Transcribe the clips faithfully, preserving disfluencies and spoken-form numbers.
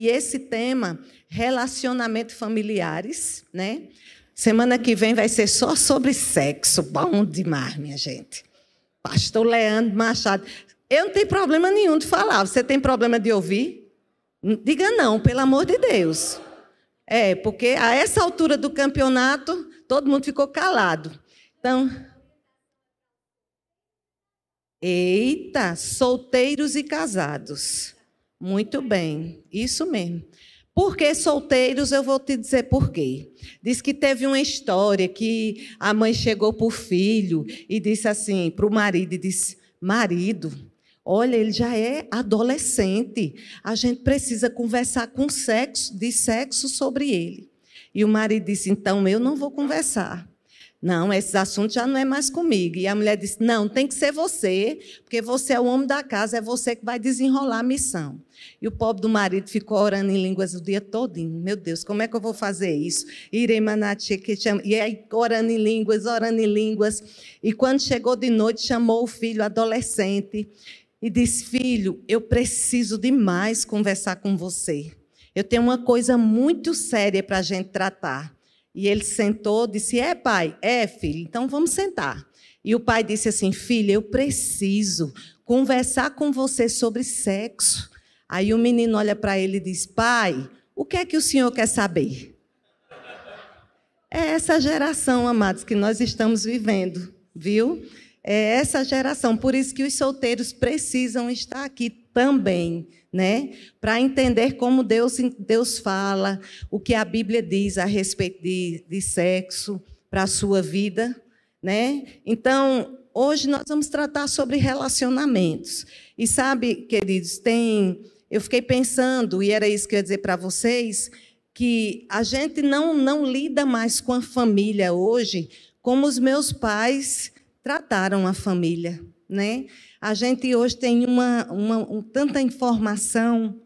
E esse tema, relacionamento familiares, né? Semana que vem vai ser só sobre sexo. Bom demais, minha gente. Pastor Leandro Machado. Eu não tenho problema nenhum de falar. Você tem problema de ouvir? Diga não, pelo amor de Deus. É, porque a essa altura do campeonato, todo mundo ficou calado. Então, eita, solteiros e casados. Muito bem, isso mesmo. Por que solteiros? Eu vou te dizer por quê. Diz que teve uma história que a mãe chegou para o filho e disse assim, para o marido, e disse, marido, olha, ele já é adolescente, a gente precisa conversar com sexo, de sexo sobre ele. E o marido disse, então eu não vou conversar. Não, esses assuntos já não é mais comigo. E a mulher disse, não, tem que ser você, porque você é o homem da casa, é você que vai desenrolar a missão. E o pobre do marido ficou orando em línguas o dia todinho. Meu Deus, como é que eu vou fazer isso? E aí, orando em línguas, orando em línguas. E quando chegou de noite, chamou o filho adolescente e disse, filho, eu preciso demais conversar com você. Eu tenho uma coisa muito séria para a gente tratar. E ele sentou, disse, é, pai? É, filho, então vamos sentar. E o pai disse assim, filha, eu preciso conversar com você sobre sexo. Aí o menino olha para ele e diz, pai, o que é que o senhor quer saber? É essa geração, amados, que nós estamos vivendo, viu? É essa geração, por isso que os solteiros precisam estar aqui também, né? Para entender como Deus, Deus fala, o que a Bíblia diz a respeito de, de sexo para a sua vida, né? Então, hoje nós vamos tratar sobre relacionamentos. E sabe, queridos, tem, eu fiquei pensando, e era isso que eu ia dizer para vocês, que a gente não, não lida mais com a família hoje como os meus pais trataram a família, né? A gente hoje tem uma, uma, um, tanta informação,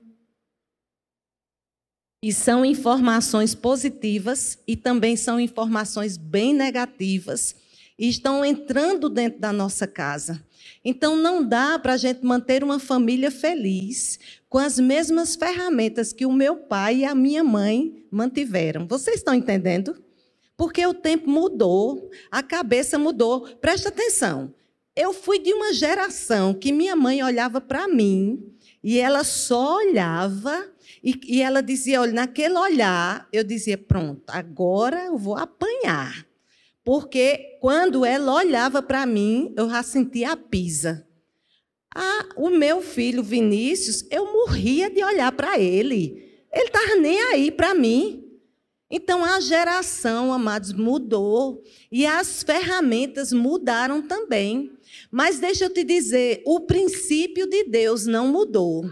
e são informações positivas e também são informações bem negativas, e estão entrando dentro da nossa casa. Então, não dá para a gente manter uma família feliz com as mesmas ferramentas que o meu pai e a minha mãe mantiveram. Vocês estão entendendo? Porque o tempo mudou, a cabeça mudou. Presta atenção. Eu fui de uma geração que minha mãe olhava para mim e ela só olhava e, e ela dizia, olha, naquele olhar, eu dizia, pronto, agora eu vou apanhar. Porque quando ela olhava para mim, eu já sentia a pisa. Ah, o meu filho Vinícius, eu morria de olhar para ele. Ele estava nem aí para mim. Então, a geração, amados, mudou e as ferramentas mudaram também. Mas deixa eu te dizer, o princípio de Deus não mudou.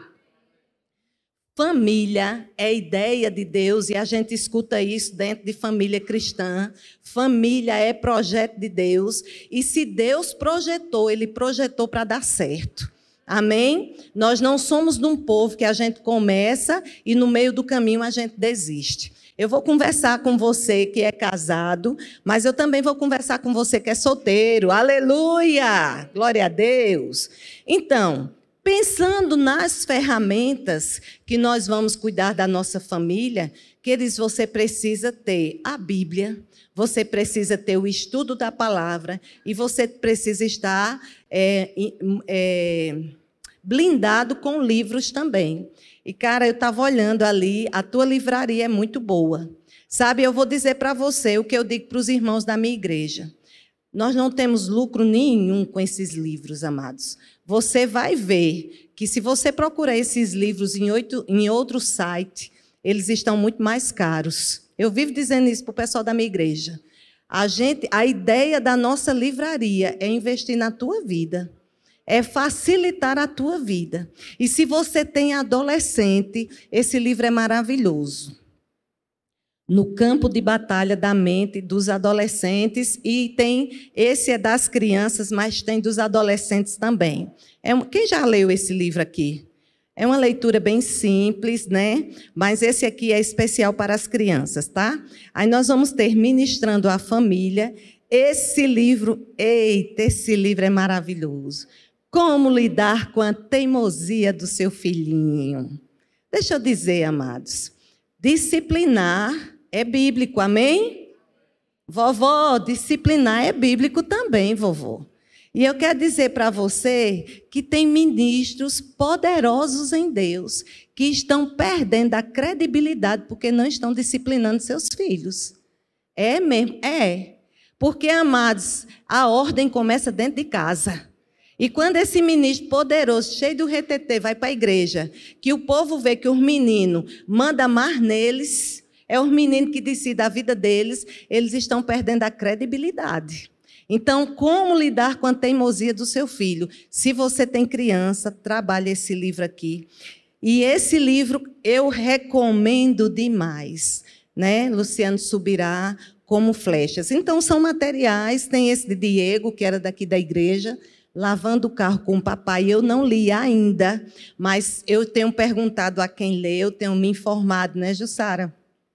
Família é ideia de Deus e a gente escuta isso dentro de família cristã. Família é projeto de Deus e se Deus projetou, Ele projetou para dar certo. Amém? Nós não somos de um povo que a gente começa e no meio do caminho a gente desiste. Eu vou conversar com você que é casado, mas eu também vou conversar com você que é solteiro. Aleluia! Glória a Deus! Então, pensando nas ferramentas que nós vamos cuidar da nossa família, queridos, você precisa ter a Bíblia, você precisa ter o estudo da palavra e você precisa estar é, é, blindado com livros também. E, cara, eu estava olhando ali, a tua livraria é muito boa. Sabe, eu vou dizer para você o que eu digo para os irmãos da minha igreja. Nós não temos lucro nenhum com esses livros, amados. Você vai ver que se você procurar esses livros em, oito, em outro site, eles estão muito mais caros. Eu vivo dizendo isso para o pessoal da minha igreja. A, gente, a ideia da nossa livraria é investir na tua vida. É facilitar a tua vida. E se você tem adolescente, esse livro é maravilhoso. No campo de batalha da mente dos adolescentes, e tem, esse é das crianças, mas tem dos adolescentes também. É, quem já leu esse livro aqui? É uma leitura bem simples, né? Mas esse aqui é especial para as crianças, tá? Aí nós vamos ter Ministrando a Família. Esse livro, eita, esse livro é maravilhoso. Como lidar com a teimosia do seu filhinho. Deixa eu dizer, amados, disciplinar é bíblico, amém? Vovó, disciplinar é bíblico também, vovó. E eu quero dizer para você que tem ministros poderosos em Deus que estão perdendo a credibilidade porque não estão disciplinando seus filhos. É mesmo? É. Porque, amados, a ordem começa dentro de casa. E quando esse ministro poderoso, cheio do retetê, vai para a igreja, que o povo vê que os meninos mandam mais neles, é os meninos que decidem a vida deles, eles estão perdendo a credibilidade. Então, como lidar com a teimosia do seu filho? Se você tem criança, trabalhe esse livro aqui. E esse livro eu recomendo demais, né? Luciano Subirá, Como Flechas. Então, são materiais, tem esse de Diego, que era daqui da igreja, Lavando o Carro com o Papai. Eu não li ainda, mas eu tenho perguntado a quem leu, tenho me informado, né, Jussara?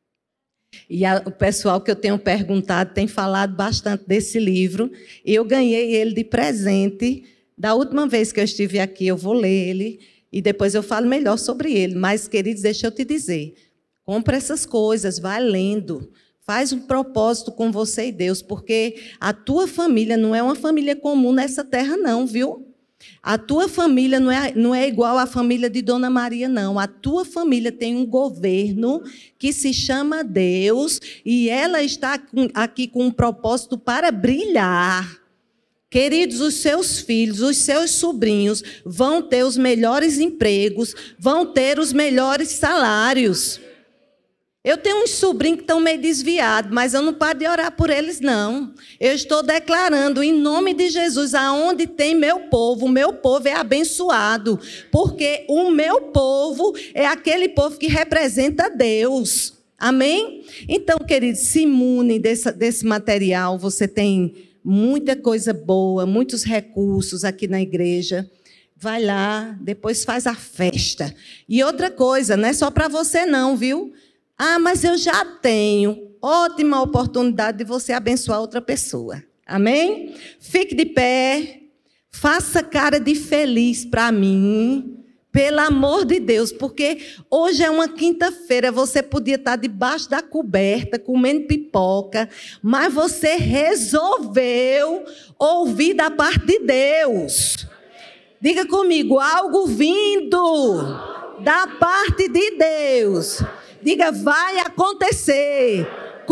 E a, o pessoal que eu tenho perguntado tem falado bastante desse livro. Eu ganhei ele de presente. Da última vez que eu estive aqui, eu vou ler ele e depois eu falo melhor sobre ele. Mas, queridos, deixa eu te dizer, compra essas coisas, vai lendo. Faz um propósito com você e Deus, porque a tua família não é uma família comum nessa terra, não, viu? A tua família não é, não é igual à família de Dona Maria, não. A tua família tem um governo que se chama Deus e ela está aqui com um propósito para brilhar. Queridos, os seus filhos, os seus sobrinhos vão ter os melhores empregos, vão ter os melhores salários. Eu tenho uns sobrinhos que estão meio desviados, mas eu não paro de orar por eles, não. Eu estou declarando, em nome de Jesus, aonde tem meu povo, o meu povo é abençoado, porque o meu povo é aquele povo que representa Deus. Amém? Então, queridos, se imune desse, desse material, você tem muita coisa boa, muitos recursos aqui na igreja. Vai lá, depois faz a festa. E outra coisa, não é só para você não, viu? Ah, mas eu já tenho. Ótima oportunidade de você abençoar outra pessoa. Amém? Fique de pé. Faça cara de feliz para mim. Pelo amor de Deus. Porque hoje é uma quinta-feira. Você podia estar debaixo da coberta, comendo pipoca. Mas você resolveu ouvir da parte de Deus. Diga comigo, algo vindo da parte de Deus. Diga, vai acontecer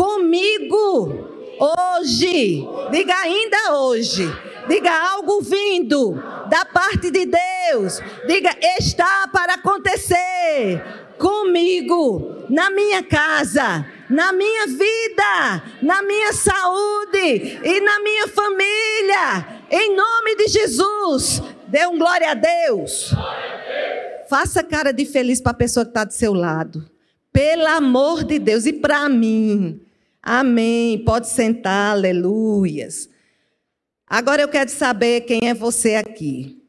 comigo hoje. Diga, ainda hoje. Diga, algo vindo da parte de Deus. Diga, está para acontecer comigo, na minha casa, na minha vida, na minha saúde e na minha família. Em nome de Jesus. Dê um glória a Deus. Faça cara de feliz para a pessoa que está do seu lado. Pelo amor de Deus, e para mim. Amém. Pode sentar, aleluias. Agora eu quero saber quem é você aqui.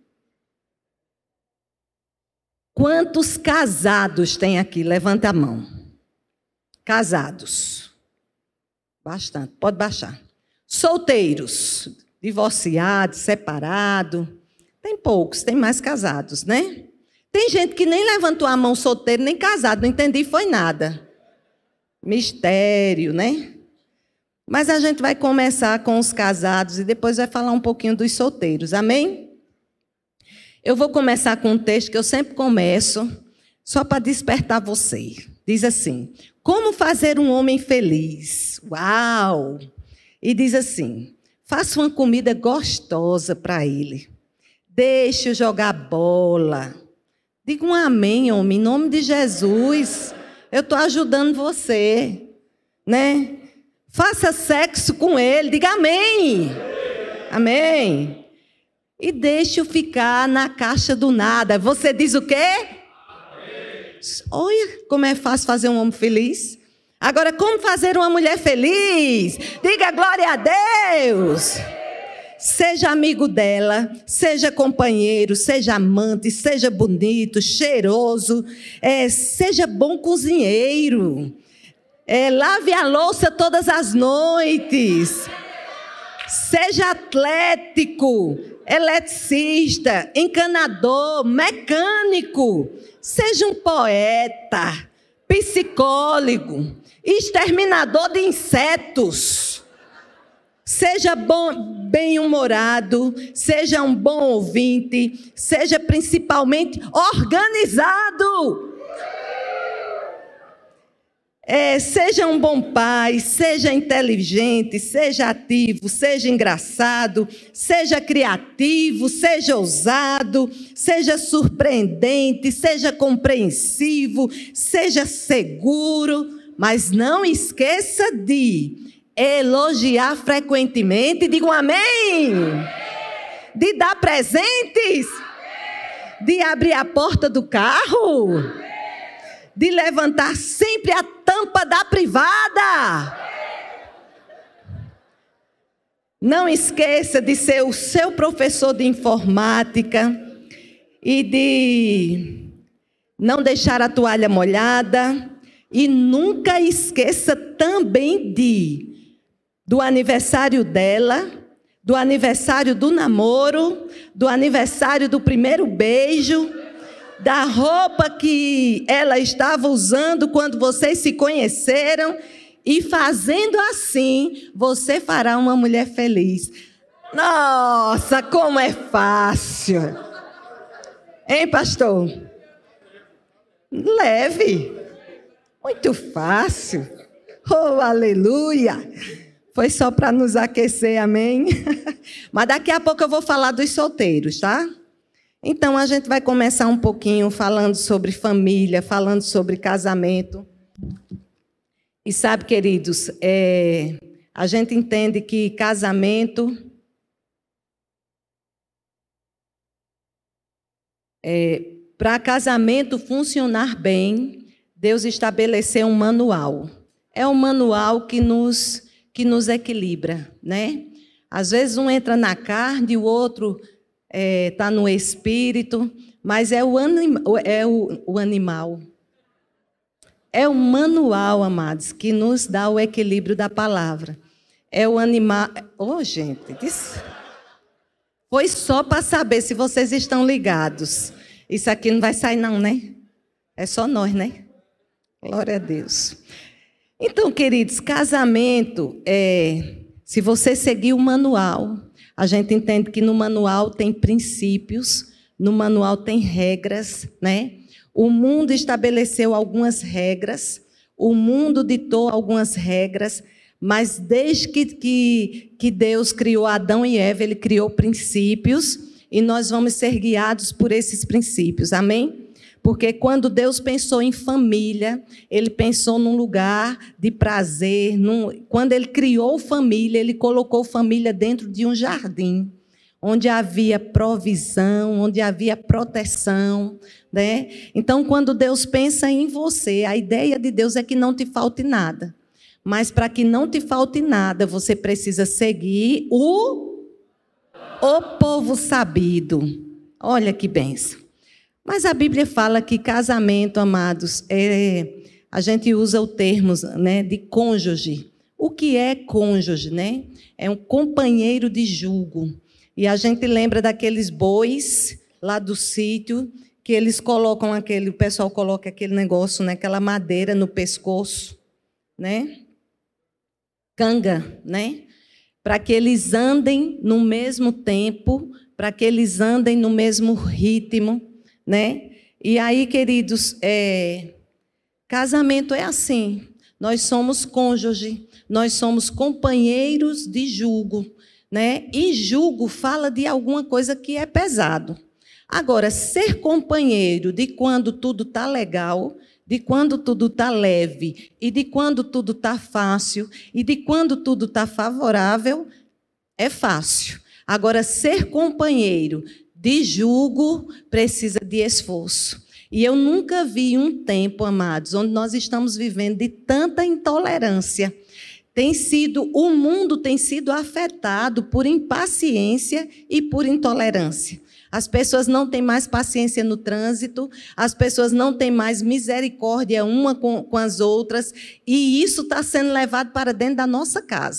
Quantos casados tem aqui? Levanta a mão. Casados. Bastante, pode baixar. Solteiros, divorciados, separados. Tem poucos, tem mais casados, né? Tem gente que nem levantou a mão solteiro, nem casado, não entendi, foi nada. Mistério, né? Mas a gente vai começar com os casados e depois vai falar um pouquinho dos solteiros, amém? Eu vou começar com um texto que eu sempre começo, só para despertar você. Diz assim, como fazer um homem feliz? Uau! E diz assim, faça uma comida gostosa para ele. Deixe-o jogar bola. Diga um amém, homem, em nome de Jesus. Eu estou ajudando você, né? Faça sexo com ele, diga amém. Amém. E deixe-o ficar na caixa do nada. Você diz o quê? Amém. Olha como é fácil fazer um homem feliz. Agora, como fazer uma mulher feliz? Diga glória a Deus. Seja amigo dela, seja companheiro, seja amante, seja bonito, cheiroso, é, seja bom cozinheiro, é, lave a louça todas as noites, seja atlético, eletricista, encanador, mecânico, seja um poeta, psicólogo, exterminador de insetos. Seja bom, bem-humorado, seja um bom ouvinte, seja principalmente organizado. É, seja um bom pai, seja inteligente, seja ativo, seja engraçado, seja criativo, seja ousado, seja surpreendente, seja compreensivo, seja seguro, mas não esqueça de elogiar frequentemente, digam amém. De dar presentes, de abrir a porta do carro, de levantar sempre a tampa da privada. Não esqueça de ser o seu professor de informática e de não deixar a toalha molhada. E nunca esqueça também de do aniversário dela, do aniversário do namoro, do aniversário do primeiro beijo, da roupa que ela estava usando quando vocês se conheceram, e fazendo assim, você fará uma mulher feliz. Nossa, como é fácil! Hein, pastor? Leve. Muito fácil. Oh, aleluia! Foi só para nos aquecer, amém? Mas daqui a pouco eu vou falar dos solteiros, tá? Então, a gente vai começar um pouquinho falando sobre família, falando sobre casamento. E sabe, queridos, é, a gente entende que casamento é, para casamento funcionar bem, Deus estabeleceu um manual. É um manual que nos, que nos equilibra, né? Às vezes um entra na carne e o outro está é, no espírito, mas é, o, anim, é o, o animal. É o manual, amados, que nos dá o equilíbrio da palavra. É o animal... Oh, gente, isso foi só para saber se vocês estão ligados. Isso aqui não vai sair não, né? É só nós, né? Glória a Deus. Então, queridos, casamento, é, se você seguir o manual, a gente entende que no manual tem princípios, no manual tem regras, né? O mundo estabeleceu algumas regras, o mundo ditou algumas regras, mas desde que, que, que Deus criou Adão e Eva, Ele criou princípios, e nós vamos ser guiados por esses princípios, amém? Porque quando Deus pensou em família, Ele pensou num lugar de prazer. Num... Quando Ele criou família, Ele colocou família dentro de um jardim, onde havia provisão, onde havia proteção, né? Então, quando Deus pensa em você, a ideia de Deus é que não te falte nada. Mas para que não te falte nada, você precisa seguir o, o povo sabido. Olha que bênção. Mas a Bíblia fala que casamento, amados, é, a gente usa o termo, né, de cônjuge. O que é cônjuge, né? É um companheiro de jugo. E a gente lembra daqueles bois lá do sítio, que eles colocam aquele, o pessoal coloca aquele negócio, né, aquela madeira no pescoço, né? Canga, né? Para que eles andem no mesmo tempo, para que eles andem no mesmo ritmo, né? E aí, queridos, é, casamento é assim. Nós somos cônjuge, nós somos companheiros de jugo, né? E jugo fala de alguma coisa que é pesado. Agora, ser companheiro de quando tudo está legal, de quando tudo está leve, e de quando tudo está fácil, e de quando tudo está favorável, é fácil. Agora, ser companheiro de jugo precisa de esforço. E eu nunca vi um tempo, amados, onde nós estamos vivendo de tanta intolerância. Tem sido, o mundo tem sido afetado por impaciência e por intolerância. As pessoas não têm mais paciência no trânsito, as pessoas não têm mais misericórdia uma com, com as outras, e isso está sendo levado para dentro da nossa casa.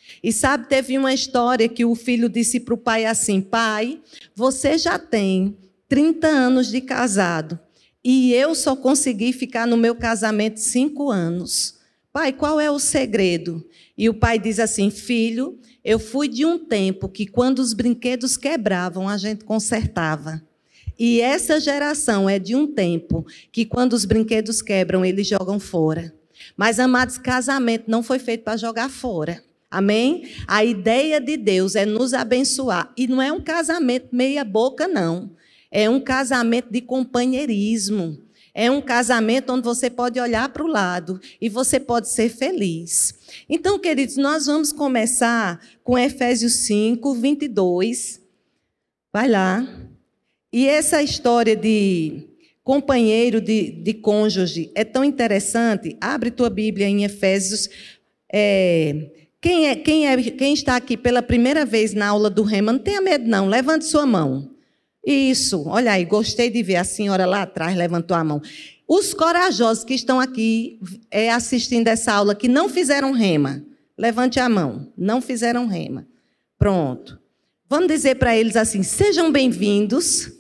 E sabe, teve uma história que o filho disse para o pai assim: pai, você já tem trinta anos de casado e eu só consegui ficar no meu casamento cinco anos. Pai, qual é o segredo? E o pai diz assim: filho, eu fui de um tempo que quando os brinquedos quebravam, a gente consertava. E essa geração é de um tempo que quando os brinquedos quebram, eles jogam fora. Mas, amados, casamento não foi feito para jogar fora. Amém? A ideia de Deus é nos abençoar. E não é um casamento meia boca, não. É um casamento de companheirismo. É um casamento onde você pode olhar para o lado e você pode ser feliz. Então, queridos, nós vamos começar com Efésios cinco, vinte e dois. Vai lá. E essa história de companheiro, de, de cônjuge, é tão interessante. Abre tua Bíblia em Efésios. É, quem, é, quem, é, quem está aqui pela primeira vez na aula do Rema, não tenha medo, não. Levante sua mão. Isso, olha aí, gostei de ver a senhora lá atrás levantou a mão. Os corajosos que estão aqui é, assistindo essa aula, que não fizeram rema, levante a mão, não fizeram rema. Pronto. Vamos dizer para eles assim: sejam bem-vindos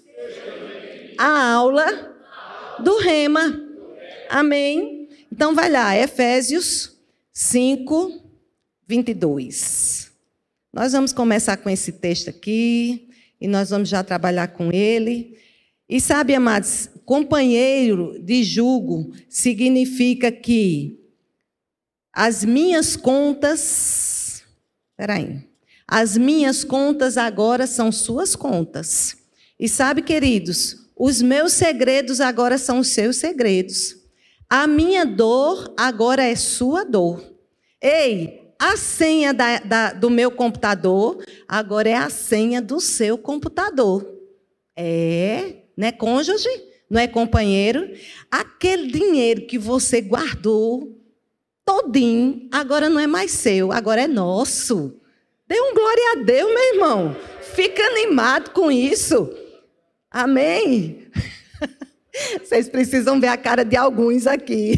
à aula do rema. Amém? Então vai lá, Efésios cinco, vinte e dois. Nós vamos começar com esse texto aqui. E nós vamos já trabalhar com ele. E sabe, amados, companheiro de jugo significa que as minhas contas... Espera aí. As minhas contas agora são suas contas. E sabe, queridos, os meus segredos agora são os seus segredos. A minha dor agora é sua dor. Ei, a senha da, da, do meu computador agora é a senha do seu computador. É, não é cônjuge? Não é companheiro? Aquele dinheiro que você guardou todinho, agora não é mais seu, agora é nosso. Dê um glória a Deus, meu irmão. Fica animado com isso. Amém? Vocês precisam ver a cara de alguns aqui.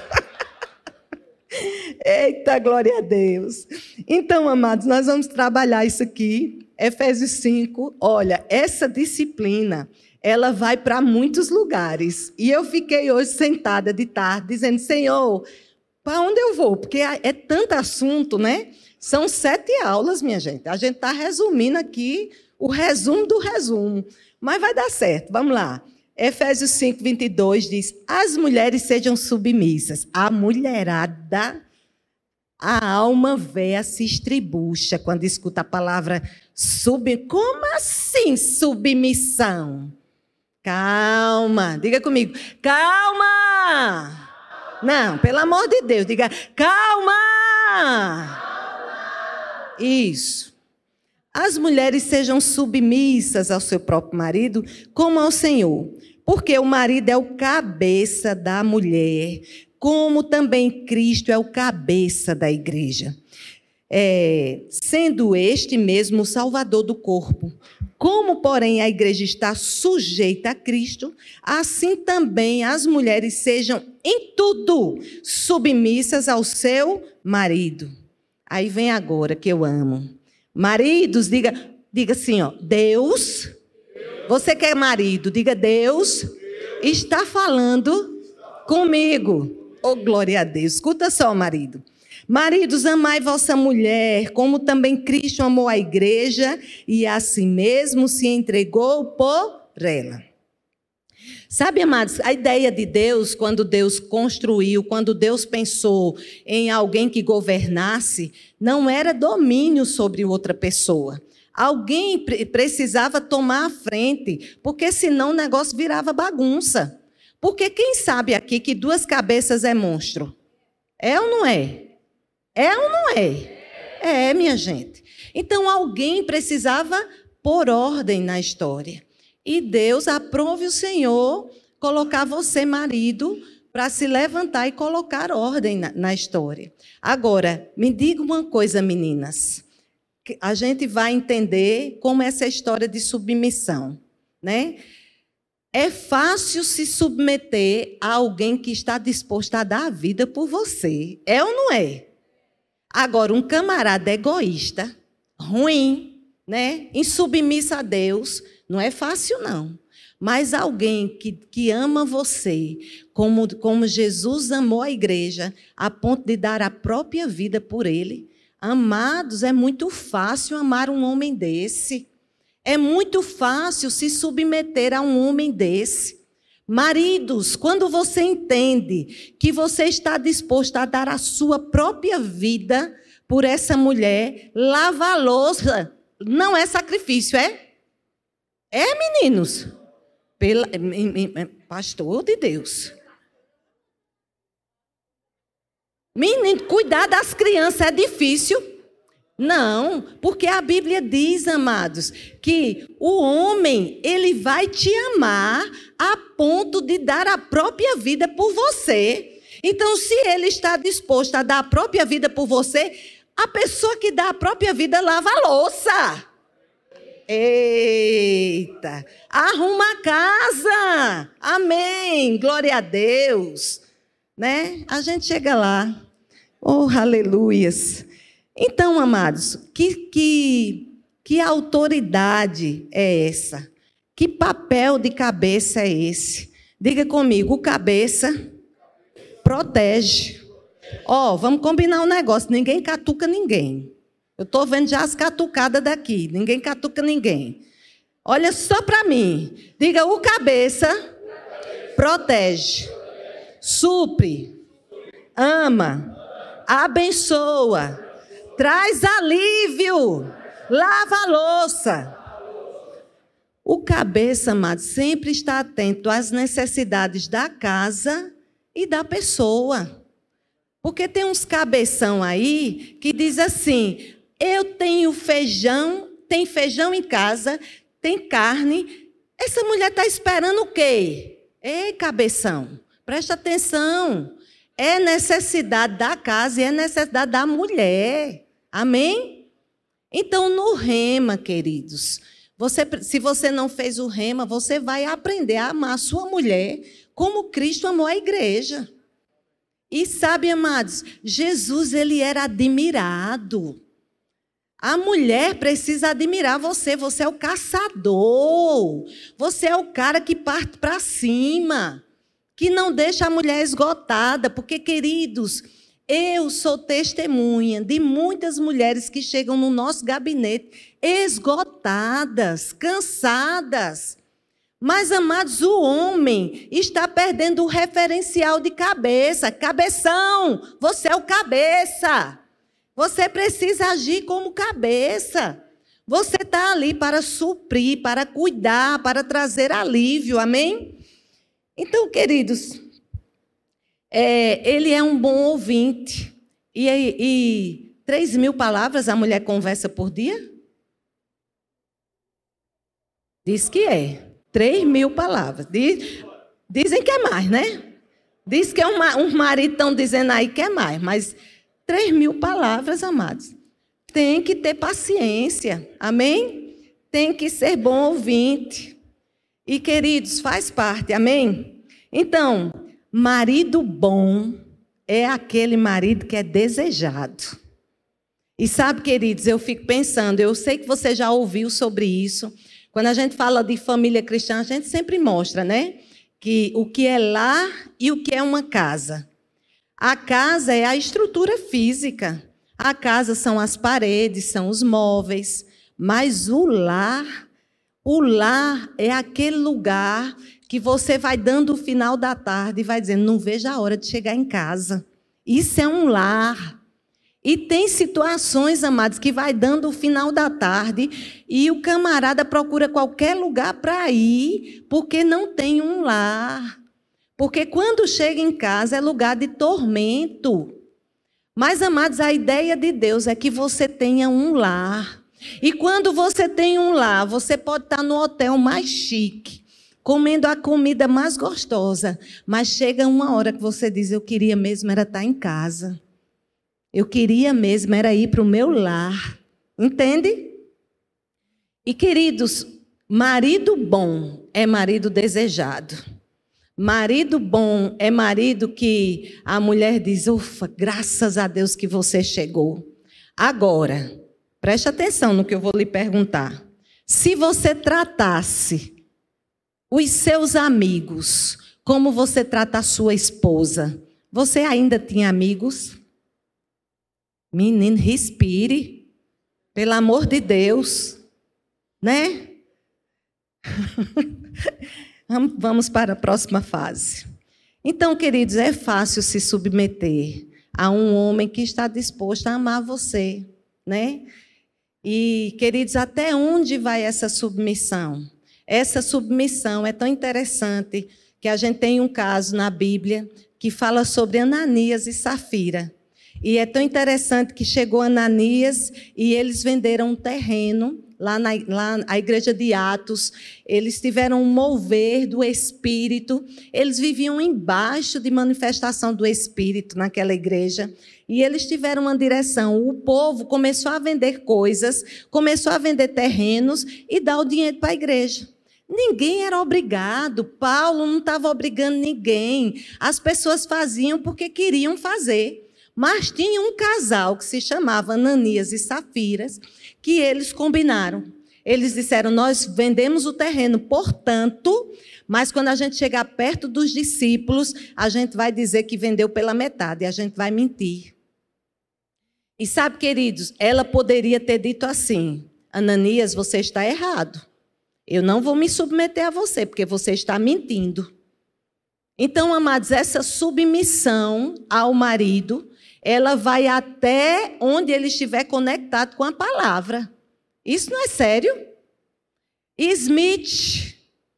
Eita, glória a Deus. Então, amados, nós vamos trabalhar isso aqui. Efésios cinco. Olha, essa disciplina, ela vai para muitos lugares. E eu fiquei hoje sentada de tarde, dizendo: Senhor, para onde eu vou? Porque é tanto assunto, né? São sete aulas, minha gente. A gente está resumindo aqui o resumo do resumo. Mas vai dar certo, vamos lá. Efésios cinco, vinte e dois diz: as mulheres sejam submissas. A mulherada, a alma véia se estribucha quando escuta a palavra sub. Como assim submissão? Calma, diga comigo. Calma! Não, pelo amor de Deus, diga calma! Isso. As mulheres sejam submissas ao seu próprio marido como ao Senhor. Porque o marido é o cabeça da mulher, como também Cristo é o cabeça da igreja. É, sendo este mesmo o salvador do corpo. Como, porém, a igreja está sujeita a Cristo, assim também as mulheres sejam em tudo submissas ao seu marido. Aí vem agora que eu amo. Maridos, diga, diga assim, ó, Deus... Você que é marido, diga: Deus está falando comigo. Oh, glória a Deus. Escuta só, marido. Maridos, amai vossa mulher, como também Cristo amou a igreja e a si mesmo se entregou por ela. Sabe, amados, a ideia de Deus, quando Deus construiu, quando Deus pensou em alguém que governasse, não era domínio sobre outra pessoa. Alguém precisava tomar a frente, porque senão o negócio virava bagunça. Porque quem sabe aqui que duas cabeças é monstro? É ou não é? É ou não é? É, minha gente. Então alguém precisava pôr ordem na história. E Deus aprove o Senhor colocar você, marido, para se levantar e colocar ordem na, na história. Agora, me diga uma coisa, meninas. A gente vai entender como essa história de submissão, né? É fácil se submeter a alguém que está disposto a dar a vida por você. É ou não é? Agora, um camarada egoísta, ruim, né? Insubmissa a Deus, não é fácil, não. Mas alguém que, que ama você, como, como Jesus amou a igreja, a ponto de dar a própria vida por ele. Amados, é muito fácil amar um homem desse. É muito fácil se submeter a um homem desse. Maridos, quando você entende que você está disposto a dar a sua própria vida por essa mulher, lava a louça não é sacrifício, é? É, meninos? Pela, pastor de Deus. Menino, cuidar das crianças é difícil? Não, porque a Bíblia diz, amados, que o homem, ele vai te amar a ponto de dar a própria vida por você. Então, se ele está disposto a dar a própria vida por você, a pessoa que dá a própria vida lava a louça. Eita, arruma a casa. Amém, glória a Deus. Né? A gente chega lá. Oh, aleluias. Então, amados, que, que, que autoridade é essa? Que papel de cabeça é esse? Diga comigo, o cabeça protege. Ó, oh, vamos combinar um negócio, ninguém catuca ninguém. Eu estou vendo já as catucadas daqui, ninguém catuca ninguém. Olha só para mim, diga, o cabeça protege, supre, ama, abençoa, traz alívio, lava a louça. O cabeça, amado, sempre está atento às necessidades da casa e da pessoa. Porque tem uns cabeção aí que diz assim, eu tenho feijão, tem feijão em casa, tem carne, essa mulher está esperando o quê? Ei, cabeção, presta atenção. É necessidade da casa e é necessidade da mulher. Amém? Então, no rema, queridos, você, se você não fez o rema, você vai aprender a amar a sua mulher como Cristo amou a igreja. E sabe, amados, Jesus, ele era admirado. A mulher precisa admirar você, você é o caçador, você é o cara que parte para cima, que não deixa a mulher esgotada, porque, queridos, eu sou testemunha de muitas mulheres que chegam no nosso gabinete esgotadas, cansadas. Mas, amados, o homem está perdendo o referencial de cabeça. Cabeção, você é o cabeça. Você precisa agir como cabeça. Você está ali para suprir, para cuidar, para trazer alívio, amém? Então, queridos, é, ele é um bom ouvinte. E, e três mil palavras a mulher conversa por dia? Diz que é. Três mil palavras. Diz, dizem que é mais, né? Diz que é uma, um marido estão dizendo aí que é mais, mas três mil palavras, amados. Tem que ter paciência, amém? Tem que ser bom ouvinte. E, queridos, faz parte, amém? Então, marido bom é aquele marido que é desejado. E sabe, queridos, eu fico pensando, eu sei que você já ouviu sobre isso. Quando a gente fala de família cristã, a gente sempre mostra, né? Que o que é lar e o que é uma casa. A casa é a estrutura física. A casa são as paredes, são os móveis. Mas o lar, o lar é aquele lugar que você vai dando o final da tarde e vai dizendo, não vejo a hora de chegar em casa. Isso é um lar. E tem situações, amados, que vai dando o final da tarde e o camarada procura qualquer lugar para ir, porque não tem um lar. Porque quando chega em casa é lugar de tormento. Mas, amados, a ideia de Deus é que você tenha um lar. E quando você tem um lar, você pode estar no hotel mais chique, comendo a comida mais gostosa, mas chega uma hora que você diz, eu queria mesmo era estar em casa. Eu queria mesmo era ir para o meu lar. Entende? E, queridos, marido bom é marido desejado. Marido bom é marido que a mulher diz, ufa, graças a Deus que você chegou. Agora, preste atenção no que eu vou lhe perguntar. Se você tratasse os seus amigos como você trata a sua esposa, você ainda tinha amigos? Menino, respire. Pelo amor de Deus. Né? Vamos para a próxima fase. Então, queridos, é fácil se submeter a um homem que está disposto a amar você, né? E, queridos, até onde vai essa submissão? Essa submissão é tão interessante que a gente tem um caso na Bíblia que fala sobre Ananias e Safira. E é tão interessante que chegou Ananias e eles venderam um terreno lá na lá, a igreja de Atos. Eles tiveram um mover do Espírito. Eles viviam embaixo de manifestação do Espírito naquela igreja. E eles tiveram uma direção. O povo começou a vender coisas, começou a vender terrenos e dar o dinheiro para a igreja. Ninguém era obrigado. Paulo não estava obrigando ninguém. As pessoas faziam porque queriam fazer. Mas tinha um casal que se chamava Ananias e Safiras, que eles combinaram. Eles disseram, nós vendemos o terreno, portanto, mas quando a gente chegar perto dos discípulos, a gente vai dizer que vendeu pela metade, e a gente vai mentir. E sabe, queridos, ela poderia ter dito assim, Ananias, você está errado. Eu não vou me submeter a você, porque você está mentindo. Então, amados, essa submissão ao marido, ela vai até onde ele estiver conectado com a palavra. Isso não é sério? Smith,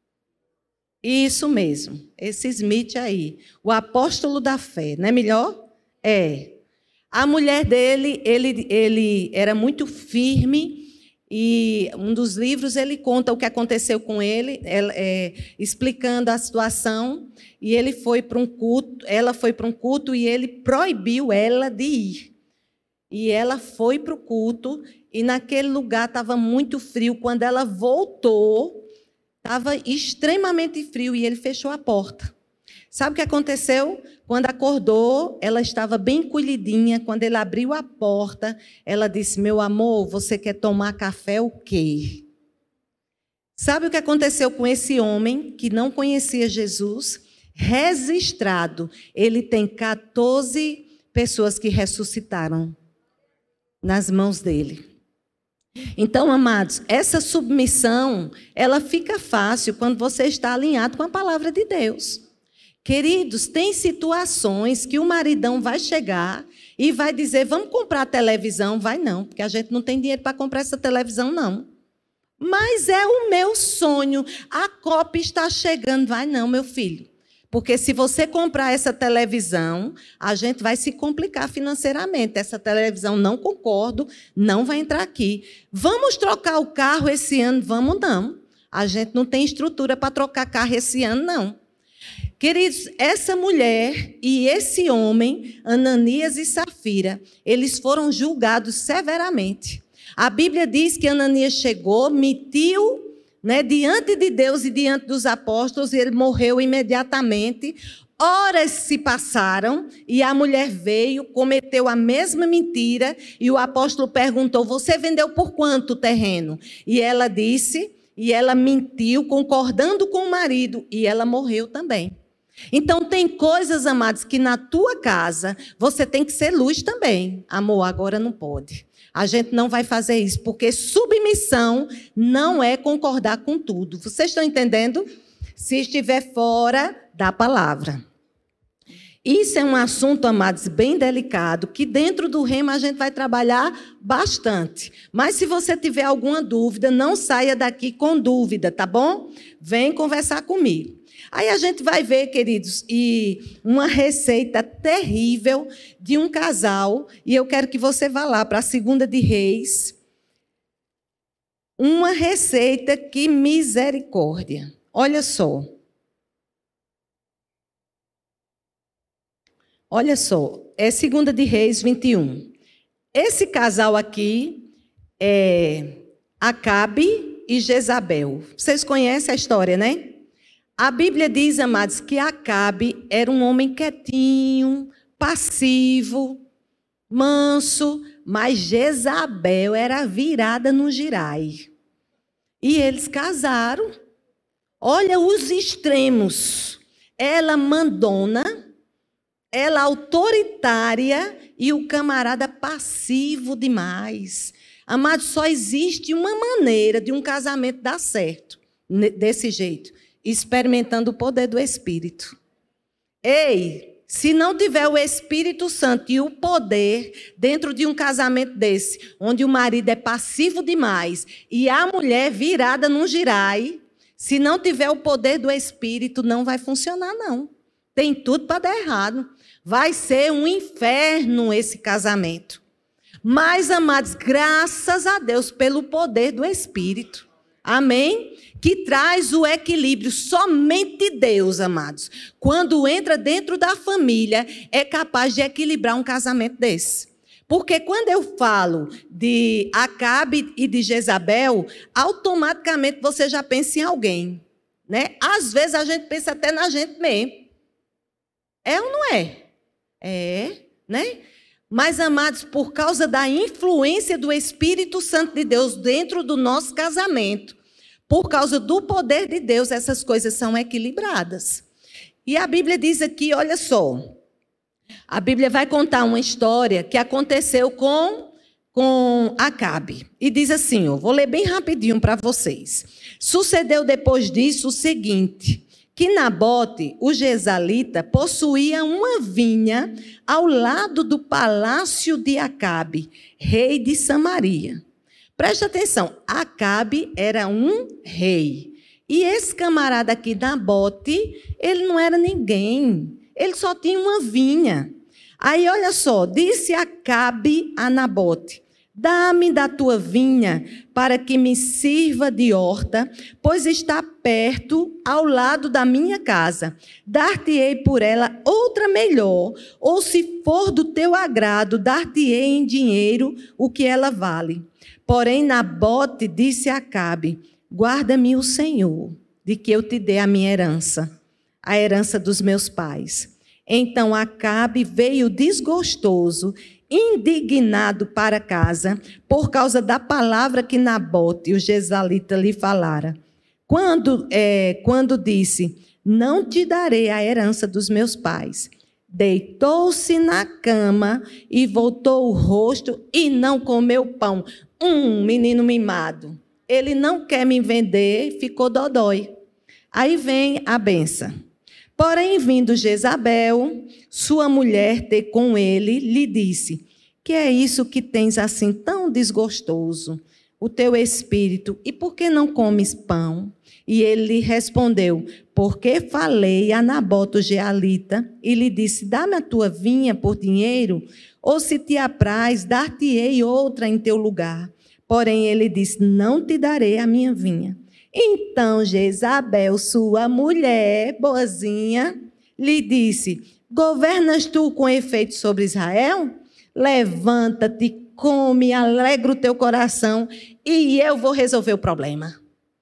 isso mesmo, esse Smith aí, o apóstolo da fé, não é melhor? É. A mulher dele, ele, ele era muito firme, e um dos livros ele conta o que aconteceu com ele, é, explicando a situação, e ele foi para um culto, ela foi para um culto e ele proibiu ela de ir. E ela foi para o culto e naquele lugar estava muito frio. Quando ela voltou, estava extremamente frio e ele fechou a porta. Sabe o que aconteceu? Quando acordou, ela estava bem encolhidinha. Quando ele abriu a porta, ela disse, meu amor, você quer tomar café o quê? Sabe o que aconteceu com esse homem que não conhecia Jesus? Registrado, ele tem quatorze pessoas que ressuscitaram nas mãos dele. Então, amados, essa submissão, ela fica fácil quando você está alinhado com a palavra de Deus. Queridos, tem situações que o maridão vai chegar e vai dizer, vamos comprar a televisão? Vai não, porque a gente não tem dinheiro para comprar essa televisão, não. Mas é o meu sonho, a Copa está chegando. Vai não, meu filho. Porque se você comprar essa televisão, a gente vai se complicar financeiramente. Essa televisão não concordo, não vai entrar aqui. Vamos trocar o carro esse ano? Vamos não. A gente não tem estrutura para trocar carro esse ano, não. Queridos, essa mulher e esse homem, Ananias e Safira, eles foram julgados severamente. A Bíblia diz que Ananias chegou, mentiu, né, diante de Deus e diante dos apóstolos, e ele morreu imediatamente. Horas se passaram e a mulher veio, cometeu a mesma mentira e o apóstolo perguntou, você vendeu por quanto o terreno? E ela disse, e ela mentiu, concordando com o marido, e ela morreu também. Então, tem coisas, amados, que na tua casa você tem que ser luz também. Amor, agora não pode. A gente não vai fazer isso, porque submissão não é concordar com tudo. Vocês estão entendendo? Se estiver fora da palavra. Isso é um assunto, amados, bem delicado, que dentro do rema a gente vai trabalhar bastante. Mas se você tiver alguma dúvida, não saia daqui com dúvida, tá bom? Vem conversar comigo. Aí a gente vai ver, queridos, e uma receita terrível de um casal, e eu quero que você vá lá para a Segunda de Reis. Uma receita que misericórdia. Olha só. Olha só, é Segunda de Reis vinte e um. Esse casal aqui é Acabe e Jezabel. Vocês conhecem a história, né? A Bíblia diz, amados, que Acabe era um homem quietinho, passivo, manso, mas Jezabel era virada no girai. E eles casaram. Olha os extremos. Ela mandona, ela autoritária e o camarada passivo demais. Amados, só existe uma maneira de um casamento dar certo, desse jeito, experimentando o poder do Espírito. Ei, se não tiver o Espírito Santo e o poder dentro de um casamento desse, onde o marido é passivo demais e a mulher virada num girai, se não tiver o poder do Espírito, não vai funcionar, não. Tem tudo para dar errado. Vai ser um inferno esse casamento. Mas, amados, graças a Deus pelo poder do Espírito. Amém? Que traz o equilíbrio. Somente Deus, amados, quando entra dentro da família, é capaz de equilibrar um casamento desse. Porque quando eu falo de Acabe e de Jezabel, automaticamente você já pensa em alguém, né? Às vezes a gente pensa até na gente mesmo. É ou não é? É, né? Mas, amados, por causa da influência do Espírito Santo de Deus dentro do nosso casamento, por causa do poder de Deus, essas coisas são equilibradas. E a Bíblia diz aqui, olha só, a Bíblia vai contar uma história que aconteceu com, com Acabe. E diz assim, ó, vou ler bem rapidinho para vocês. Sucedeu depois disso o seguinte, que Nabote, o Jezalita, possuía uma vinha ao lado do palácio de Acabe, rei de Samaria. Preste atenção, Acabe era um rei. E esse camarada aqui, Nabote, ele não era ninguém. Ele só tinha uma vinha. Aí, olha só, disse Acabe a Nabote, dá-me da tua vinha para que me sirva de horta, pois está perto, ao lado da minha casa. Dar-te-ei por ela outra melhor, ou se for do teu agrado, dar-te-ei em dinheiro o que ela vale. Porém, Nabote disse a Acabe, guarda-me o Senhor, de que eu te dê a minha herança, a herança dos meus pais. Então Acabe veio desgostoso, indignado para casa, por causa da palavra que Nabote, o Jezalita, lhe falara. Quando, é, quando disse, não te darei a herança dos meus pais, deitou-se na cama e voltou o rosto e não comeu pão. Um menino mimado. Ele não quer me vender, ficou dodói. Aí vem a benção. Porém, vindo Jezabel, sua mulher ter com ele, lhe disse, que é isso que tens assim tão desgostoso, o teu espírito, e por que não comes pão? E ele lhe respondeu, porque falei a Nabote o Jezalita, e lhe disse, dá-me a tua vinha por dinheiro, ou se te apraz, dar-te-ei outra em teu lugar. Porém, ele disse, não te darei a minha vinha. Então Jezabel, sua mulher, boazinha, lhe disse, governas tu com efeito sobre Israel? Levanta-te, come, alegra o teu coração e eu vou resolver o problema.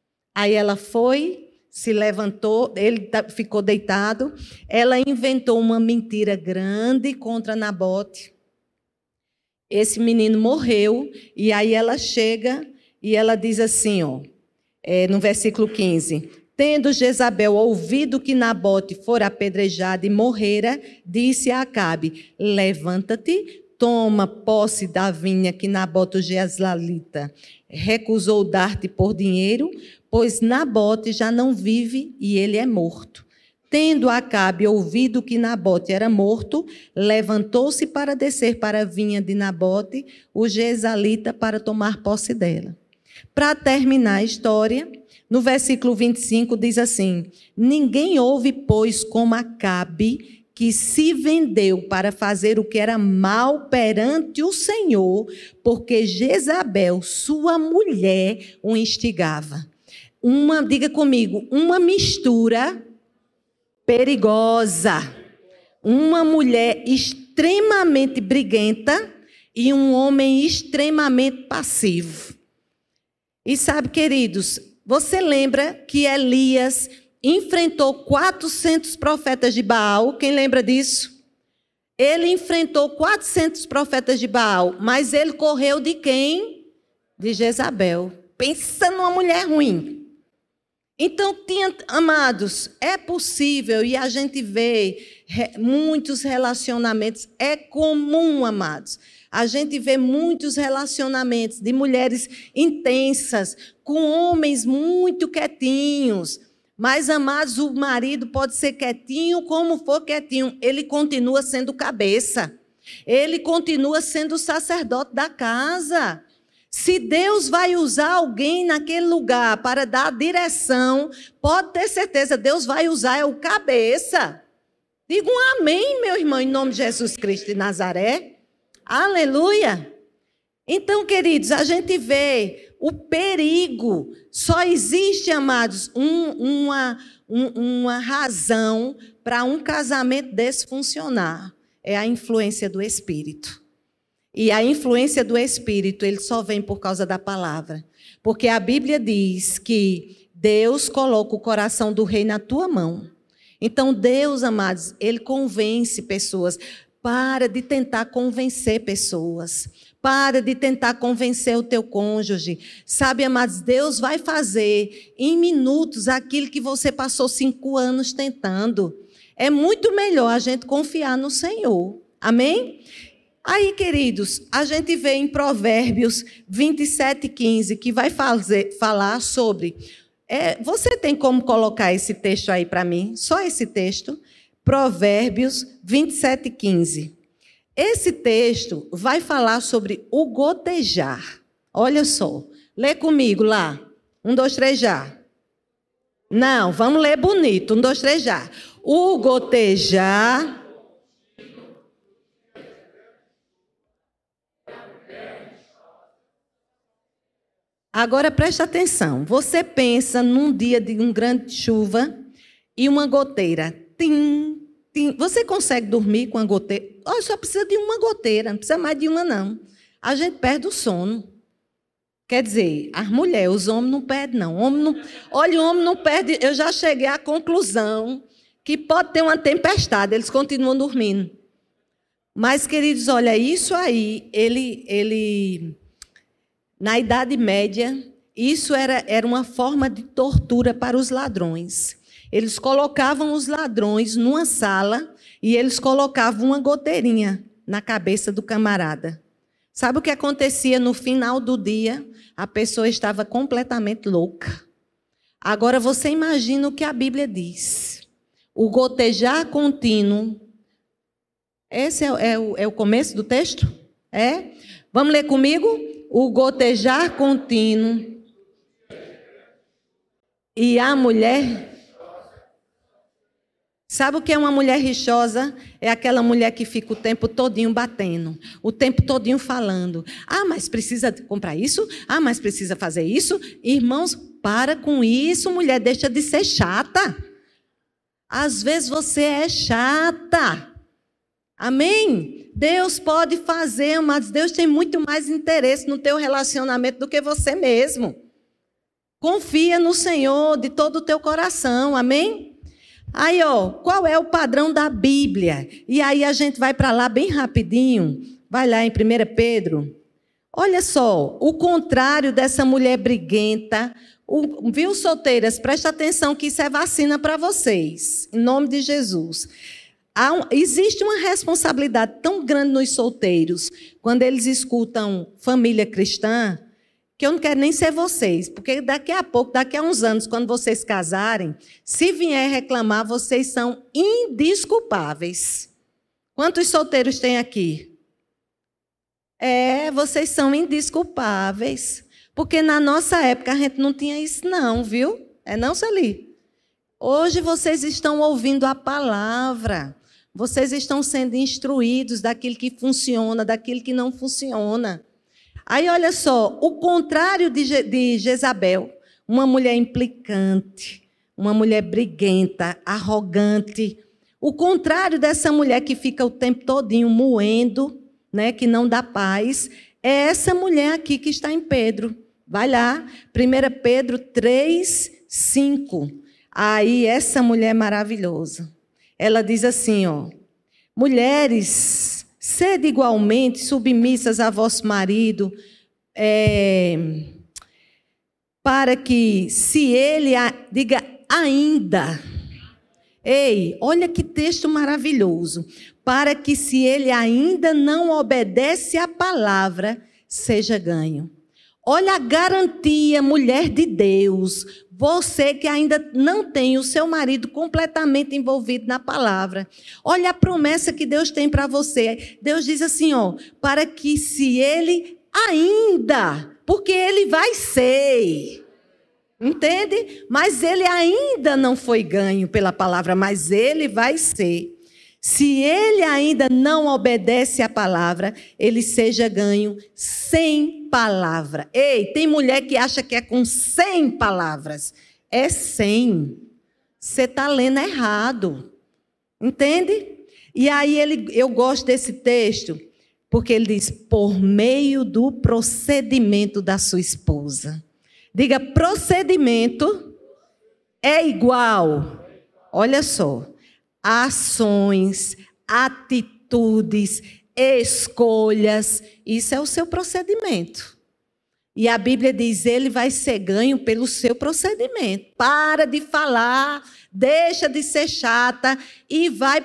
Aí ela foi, se levantou, ele ficou deitado, ela inventou uma mentira grande contra Nabote. Esse menino morreu e aí ela chega e ela diz assim, ó, É, no versículo quinze, tendo Jezabel ouvido que Nabote fora apedrejado e morrera, disse a Acabe, levanta-te, toma posse da vinha que Nabote o Jezalita recusou dar-te por dinheiro, pois Nabote já não vive e ele é morto. Tendo Acabe ouvido que Nabote era morto, levantou-se para descer para a vinha de Nabote, o Jezalita, para tomar posse dela. Para terminar a história, no versículo vinte e cinco diz assim, ninguém houve, pois, como Acabe, que se vendeu para fazer o que era mal perante o Senhor, porque Jezabel, sua mulher, o instigava. Uma, diga comigo, uma mistura perigosa. Uma mulher extremamente briguenta e um homem extremamente passivo. E sabe, queridos, você lembra que Elias enfrentou quatrocentos profetas de Baal. Quem lembra disso? Ele enfrentou quatrocentos profetas de Baal, mas ele correu de quem? De Jezabel. Pensa numa mulher ruim. Então, tinha, amados, é possível, e a gente vê re, muitos relacionamentos, é comum, amados, a gente vê muitos relacionamentos de mulheres intensas, com homens muito quietinhos. Mas, amados, o marido pode ser quietinho como for quietinho, ele continua sendo cabeça, ele continua sendo o sacerdote da casa. Se Deus vai usar alguém naquele lugar para dar direção, pode ter certeza, Deus vai usar o cabeça. Diga um amém, meu irmão, em nome de Jesus Cristo de Nazaré. Aleluia. Então, queridos, a gente vê o perigo. Só existe, amados, um, uma, um, uma razão para um casamento desse funcionar. É a influência do Espírito. E a influência do Espírito, ele só vem por causa da palavra. Porque a Bíblia diz que Deus coloca o coração do rei na tua mão. Então, Deus, amados, ele convence pessoas. Para de tentar convencer pessoas. Para de tentar convencer o teu cônjuge. Sabe, amados, Deus vai fazer em minutos aquilo que você passou cinco anos tentando. É muito melhor a gente confiar no Senhor. Amém? Aí, queridos, a gente vê em Provérbios vinte e sete, quinze, que vai fazer, falar sobre... É, você tem como colocar esse texto aí para mim? Só esse texto. Provérbios vinte e sete, quinze. Esse texto vai falar sobre o gotejar. Olha só. Lê comigo lá. Um, dois, três, já. Não, vamos ler bonito. Um, dois, três, já. O gotejar... Agora preste atenção. Você pensa num dia de uma grande chuva e uma goteira. Tim, tim. Você consegue dormir com a goteira? Oh, só precisa de uma goteira, não precisa mais de uma, não. A gente perde o sono. Quer dizer, as mulheres, os homens não perdem, não. Homem não... Olha, o homem não perde. Eu já cheguei à conclusão que pode ter uma tempestade, eles continuam dormindo. Mas, queridos, olha, isso aí, ele... ele... Na Idade Média, isso era, era uma forma de tortura para os ladrões. Eles colocavam os ladrões numa sala e eles colocavam uma goteirinha na cabeça do camarada. Sabe o que acontecia no final do dia? A pessoa estava completamente louca. Agora você imagina o que a Bíblia diz. O gotejar contínuo. Esse é, é, o, é o começo do texto? É? Vamos ler comigo? O gotejar contínuo e a mulher... Sabe o que é uma mulher rixosa? É aquela mulher que fica o tempo todinho batendo, o tempo todinho falando. Ah, mas precisa comprar isso? Ah, mas precisa fazer isso? Irmãos, para com isso, mulher, deixa de ser chata. Às vezes você é chata. Amém? Deus pode fazer, mas Deus tem muito mais interesse no teu relacionamento do que você mesmo. Confia no Senhor de todo o teu coração, amém? Aí, ó, qual é o padrão da Bíblia? E aí a gente vai para lá bem rapidinho. Vai lá em primeira Pedro. Olha só, o contrário dessa mulher briguenta. O, viu, solteiras? Presta atenção que isso é vacina para vocês. Em nome de Jesus. Há um, existe uma responsabilidade tão grande nos solteiros, quando eles escutam família cristã, que eu não quero nem ser vocês, porque daqui a pouco, daqui a uns anos, quando vocês casarem, se vier reclamar, vocês são indesculpáveis. Quantos solteiros tem aqui? É, vocês são indesculpáveis, porque na nossa época a gente não tinha isso não, viu? É não, Celi? Hoje vocês estão ouvindo a palavra. Vocês estão sendo instruídos daquilo que funciona, daquilo que não funciona. Aí, olha só, o contrário de, Je- de Jezabel, uma mulher implicante, uma mulher briguenta, arrogante. O contrário dessa mulher que fica o tempo todinho moendo, né, que não dá paz, é essa mulher aqui que está em Pedro. Vai lá, primeira Pedro três, cinco. Aí essa mulher maravilhosa, ela diz assim, ó: mulheres, sede igualmente submissas a vosso marido, é, para que, se ele, a, diga ainda, ei, olha que texto maravilhoso, para que, se ele ainda não obedece à palavra, seja ganho. Olha a garantia, mulher de Deus, você que ainda não tem o seu marido completamente envolvido na palavra. Olha a promessa que Deus tem para você. Deus diz assim, ó, para que, se ele ainda, porque ele vai ser, entende? Mas ele ainda não foi ganho pela palavra, mas ele vai ser. Se ele ainda não obedece à palavra, ele seja ganho sem palavra. Ei, tem mulher que acha que é com cem palavras. É cem. Você está lendo errado. Entende? E aí ele, eu gosto desse texto, porque ele diz, por meio do procedimento da sua esposa. Diga, procedimento é igual. Olha só. Ações, atitudes, escolhas, isso é o seu procedimento. E a Bíblia diz, ele vai ser ganho pelo seu procedimento. Para de falar, deixa de ser chata e vai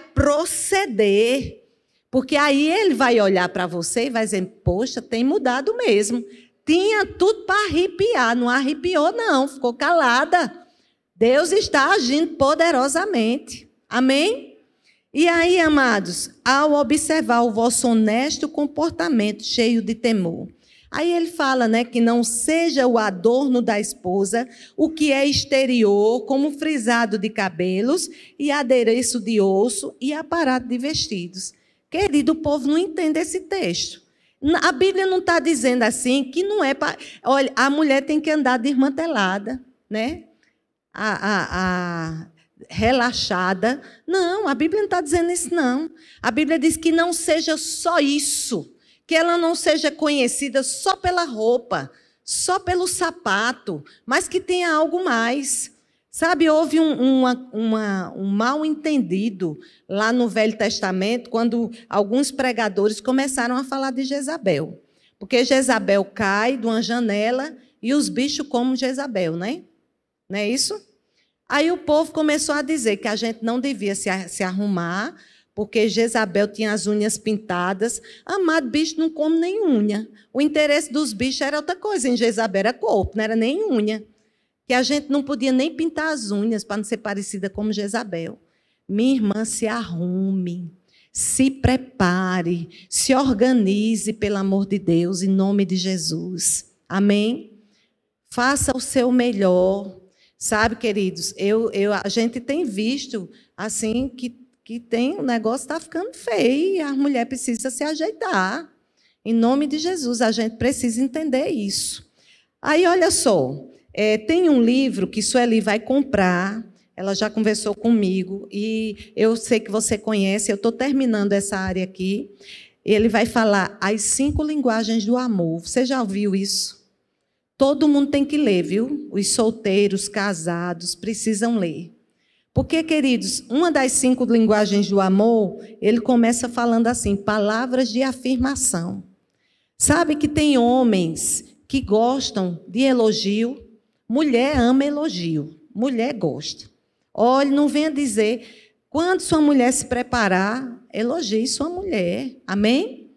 proceder. Porque aí ele vai olhar para você e vai dizer, poxa, tem mudado mesmo. Tinha tudo para arrepiar, não arrepiou não, ficou calada. Deus está agindo poderosamente. Amém? E aí, amados, ao observar o vosso honesto comportamento cheio de temor. Aí ele fala, né, que não seja o adorno da esposa o que é exterior, como frisado de cabelos e adereço de osso e aparato de vestidos. Querido, o povo não entende esse texto. A Bíblia não está dizendo assim que não é para... Olha, a mulher tem que andar desmantelada, né? A... a, a... relaxada. Não, a Bíblia não está dizendo isso, não. A Bíblia diz que não seja só isso, que ela não seja conhecida só pela roupa, só pelo sapato, mas que tenha algo mais. Sabe, houve um, uma, uma, um mal entendido lá no Velho Testamento, quando alguns pregadores começaram a falar de Jezabel. Porque Jezabel cai de uma janela e os bichos comem Jezabel, né? Não é isso? Aí o povo começou a dizer que a gente não devia se, se arrumar, porque Jezabel tinha as unhas pintadas. Amado, bicho não come nem unha. O interesse dos bichos era outra coisa. Em Jezabel era corpo, não era nem unha. Que a gente não podia nem pintar as unhas para não ser parecida como Jezabel. Minha irmã, se arrume, se prepare, se organize, pelo amor de Deus, em nome de Jesus. Amém? Faça o seu melhor. Sabe, queridos, eu, eu, a gente tem visto assim que, que tem, o negócio está ficando feio e a mulher precisa se ajeitar. Em nome de Jesus, a gente precisa entender isso. Aí, olha só, é, tem um livro que Sueli vai comprar, ela já conversou comigo, e eu sei que você conhece, eu estou terminando essa área aqui. Ele vai falar as cinco linguagens do amor. Você já ouviu isso? Todo mundo tem que ler, viu? Os solteiros, casados, precisam ler. Porque, queridos, uma das cinco linguagens do amor, ele começa falando assim, palavras de afirmação. Sabe que tem homens que gostam de elogio? Mulher ama elogio, mulher gosta. Olha, não venha dizer, quando sua mulher se preparar, elogie sua mulher. Amém?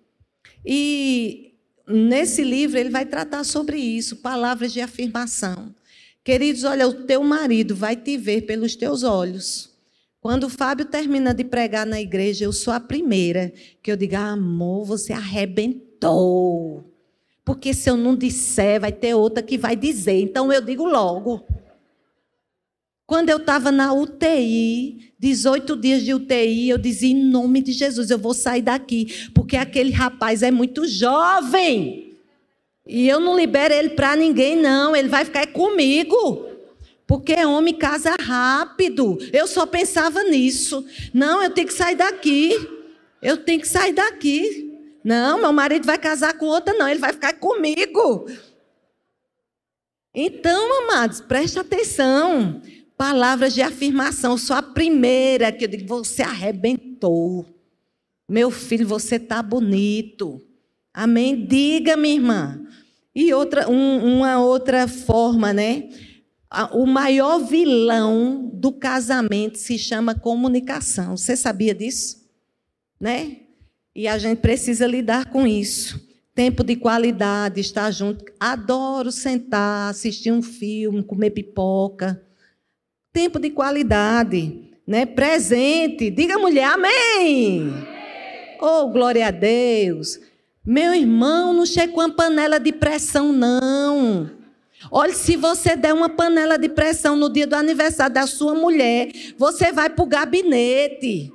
E... nesse livro, ele vai tratar sobre isso, palavras de afirmação. Queridos, olha, o teu marido vai te ver pelos teus olhos. Quando o Fábio termina de pregar na igreja, eu sou a primeira que eu digo, amor, você arrebentou. Porque se eu não disser, vai ter outra que vai dizer. Então, eu digo logo. Quando eu estava na U T I, dezoito dias de U T I, eu dizia, em nome de Jesus, eu vou sair daqui, porque aquele rapaz é muito jovem. E eu não libero ele para ninguém, não. Ele vai ficar comigo. Porque homem casa rápido. Eu só pensava nisso. Não, eu tenho que sair daqui. Eu tenho que sair daqui. Não, meu marido vai casar com outra, não. Ele vai ficar comigo. Então, amados, preste atenção. Palavras de afirmação. Eu sou a primeira que eu digo, você arrebentou. Meu filho, você está bonito. Amém? Diga, minha irmã. E outra, um, uma outra forma, né? O maior vilão do casamento se chama comunicação. Você sabia disso? Né? E a gente precisa lidar com isso. Tempo de qualidade, estar junto. Adoro sentar, assistir um filme, comer pipoca. Tempo de qualidade, né? Presente. Diga, mulher, amém. Oh, glória a Deus. Meu irmão, não chega com uma panela de pressão, não. Olha, se você der uma panela de pressão no dia do aniversário da sua mulher, você vai para o gabinete.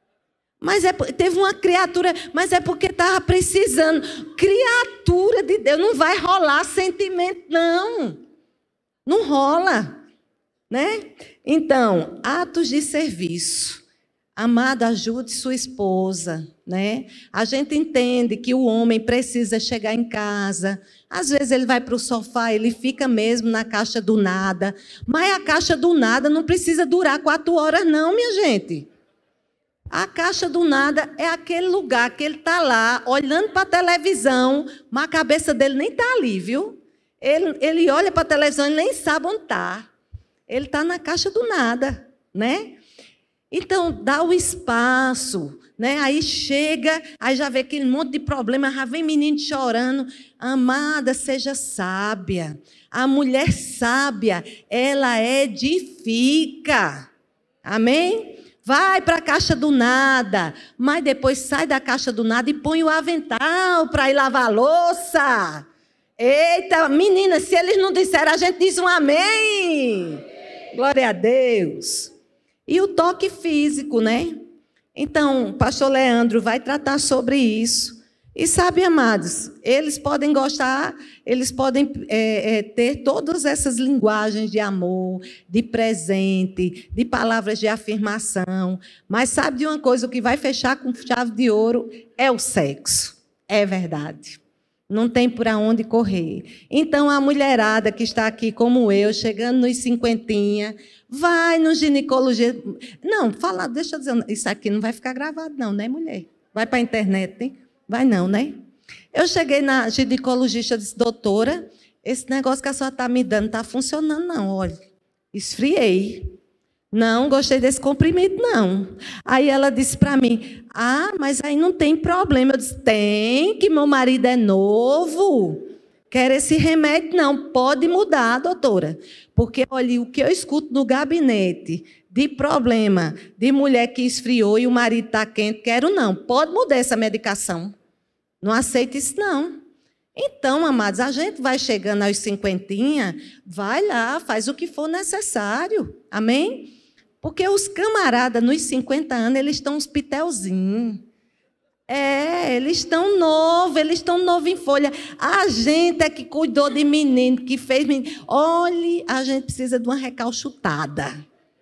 Mas é, teve uma criatura, mas é porque estava precisando. Criatura de Deus, não vai rolar sentimento, não. Não rola, né? Então, atos de serviço. Amado, ajude sua esposa, né? A gente entende que o homem precisa chegar em casa. Às vezes ele vai para o sofá, ele fica mesmo na caixa do nada. Mas a caixa do nada não precisa durar quatro horas, não, minha gente. A caixa do nada é aquele lugar que ele está lá, olhando para a televisão, mas a cabeça dele nem está ali, viu? Ele, ele olha para a televisão e nem sabe onde está. Ele está na caixa do nada, né? Então, dá o espaço, né? Aí chega, aí já vê aquele monte de problema, já vem menino chorando. Amada, seja sábia. A mulher sábia, ela edifica. Amém? Vai para a caixa do nada, mas depois sai da caixa do nada e põe o avental para ir lavar a louça. Eita, menina, se eles não disseram, a gente diz um amém. Glória a Deus. E o toque físico, né? Então, o pastor Leandro vai tratar sobre isso. E sabe, amados, eles podem gostar, eles podem é, é, ter todas essas linguagens de amor, de presente, de palavras de afirmação. Mas sabe de uma coisa, o que vai fechar com chave de ouro é o sexo. É verdade. Não tem por onde correr. Então, a mulherada que está aqui como eu, chegando nos cinquentinha, vai no ginecologista. Não, fala, deixa eu dizer, isso aqui não vai ficar gravado não, né, mulher? Vai para a internet, hein? Vai não, né? Eu cheguei na ginecologista e disse, doutora, esse negócio que a senhora está me dando não está funcionando não, olha. Esfriei. Não gostei desse comprimido, não. Aí ela disse para mim, ah, mas aí não tem problema. Eu disse, tem, que meu marido é novo. Quer esse remédio? Não, pode mudar, doutora. Porque, olha, o que eu escuto no gabinete de problema de mulher que esfriou e o marido está quente, quero não. Pode mudar essa medicação. Não aceito isso, não. Então, amados, a gente vai chegando aos cinquentinha, vai lá, faz o que for necessário. Amém? Porque os camaradas, nos cinquenta anos, eles estão uns pitelzinhos. É, eles estão novos, eles estão novos em folha. A gente é que cuidou de menino, que fez menino. Olhe, a gente precisa de uma recalchutada.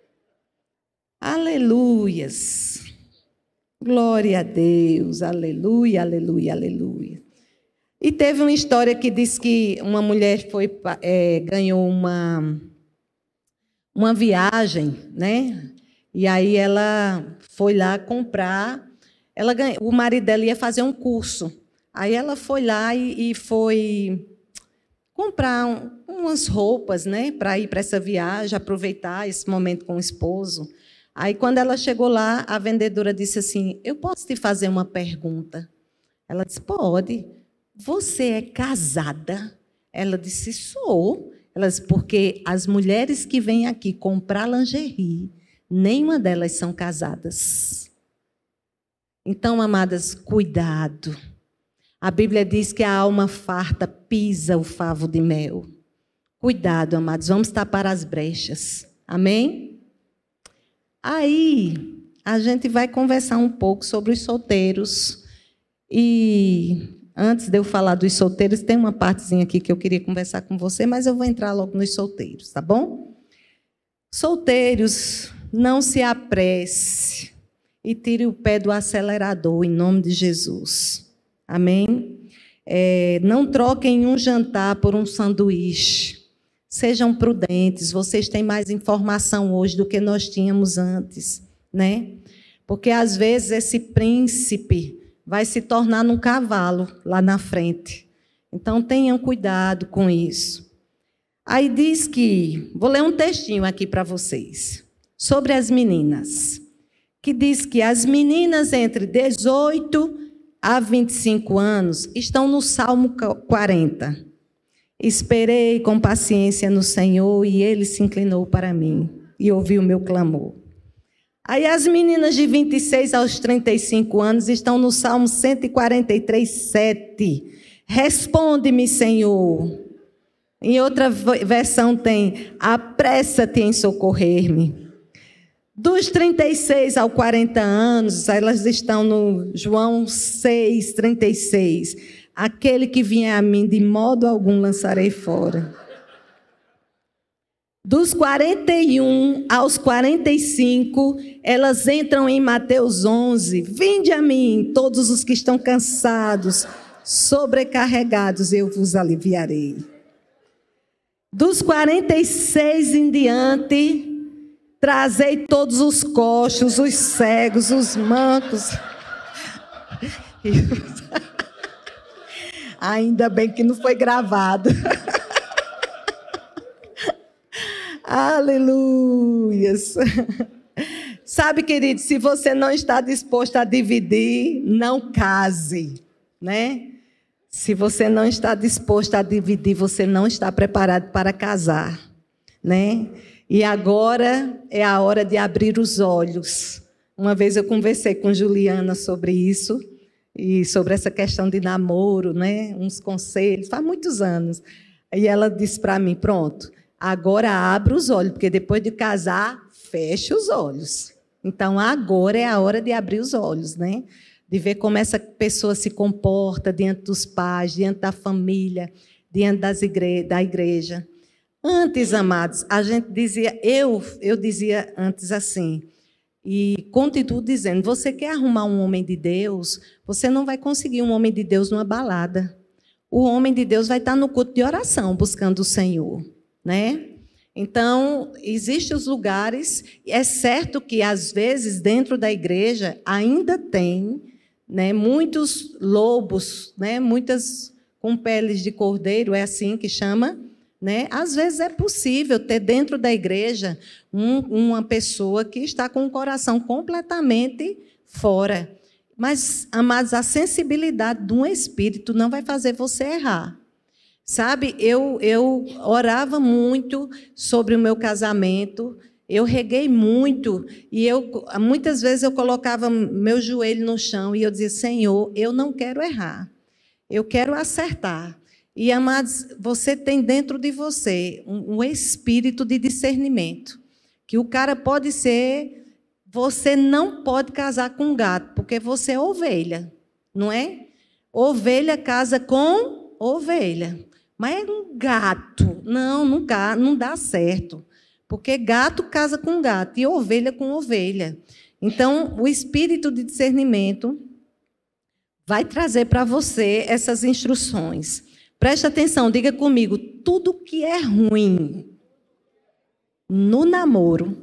Aleluias. Glória a Deus. Aleluia, aleluia, aleluia. E teve uma história que diz que uma mulher foi, é, ganhou uma, uma viagem, né? E aí ela foi lá comprar. Ela ganhou, o marido dela ia fazer um curso. Aí ela foi lá e, e foi comprar um, umas roupas, né, para ir para essa viagem, aproveitar esse momento com o esposo. Aí, quando ela chegou lá, a vendedora disse assim, eu posso te fazer uma pergunta? Ela disse, pode. Você é casada? Ela disse, sou. Ela disse, porque as mulheres que vêm aqui comprar lingerie, nenhuma delas são casadas. Então, amadas, cuidado. A Bíblia diz que a alma farta pisa o favo de mel. Cuidado, amados, vamos tapar as brechas. Amém? Aí, a gente vai conversar um pouco sobre os solteiros. E antes de eu falar dos solteiros, tem uma partezinha aqui que eu queria conversar com você, mas eu vou entrar logo nos solteiros, tá bom? Solteiros, não se apresse e tire o pé do acelerador, em nome de Jesus. Amém? É, não troquem um jantar por um sanduíche. Sejam prudentes, vocês têm mais informação hoje do que nós tínhamos antes, né? Porque às vezes esse príncipe vai se tornar num cavalo lá na frente. Então tenham cuidado com isso. Aí diz que, vou ler um textinho aqui para vocês, sobre as meninas, que diz que as meninas entre dezoito a vinte e cinco anos estão no Salmo quarenta. Esperei com paciência no Senhor e Ele se inclinou para mim e ouviu o meu clamor. Aí as meninas de vinte e seis aos trinta e cinco anos estão no Salmo cento e quarenta e três, sete. Responde-me, Senhor. Em outra versão tem, apressa-te em socorrer-me. Dos trinta e seis aos quarenta anos, elas estão no João seis, trinta e seis. Aquele que vier a mim, de modo algum lançarei fora. Dos quarenta e um aos quarenta e cinco, elas entram em Mateus onze. Vinde a mim, todos os que estão cansados, sobrecarregados, eu vos aliviarei. Dos quarenta e seis em diante, trazei todos os coxos, os cegos, os mancos. Ainda bem que não foi gravado. Aleluias. Sabe, querido, se você não está disposto a dividir, não case, né? Se você não está disposto a dividir, você não está preparado para casar, né? E agora é a hora de abrir os olhos. Uma vez eu conversei com Juliana sobre isso, e sobre essa questão de namoro, né? Uns conselhos, faz muitos anos. E ela disse para mim, pronto, agora abra os olhos, porque depois de casar, fecha os olhos. Então, agora é a hora de abrir os olhos, né? De ver como essa pessoa se comporta diante dos pais, diante da família, diante das igre- da igreja. Antes, amados, a gente dizia, eu, eu dizia antes assim, e continuo dizendo, você quer arrumar um homem de Deus, você não vai conseguir um homem de Deus numa balada. O homem de Deus vai estar no culto de oração, buscando o Senhor, né? Então, existem os lugares, é certo que, às vezes, dentro da igreja, ainda tem, né, muitos lobos, né, muitas com peles de cordeiro, é assim que chama, né? Às vezes é possível ter dentro da igreja um, uma pessoa que está com o coração completamente fora. Mas, amados, a sensibilidade de um espírito não vai fazer você errar. Sabe, eu, eu orava muito sobre o meu casamento, eu reguei muito, e eu, muitas vezes eu colocava meu joelho no chão e eu dizia, Senhor, eu não quero errar, eu quero acertar. E, amados, você tem dentro de você um, um espírito de discernimento, que o cara pode ser, você não pode casar com um gato, porque você é ovelha, não é? Ovelha casa com ovelha. Mas é um gato, não, não, não dá certo, porque gato casa com gato e ovelha com ovelha. Então, o espírito de discernimento vai trazer para você essas instruções. Preste atenção, diga comigo, tudo que é ruim no namoro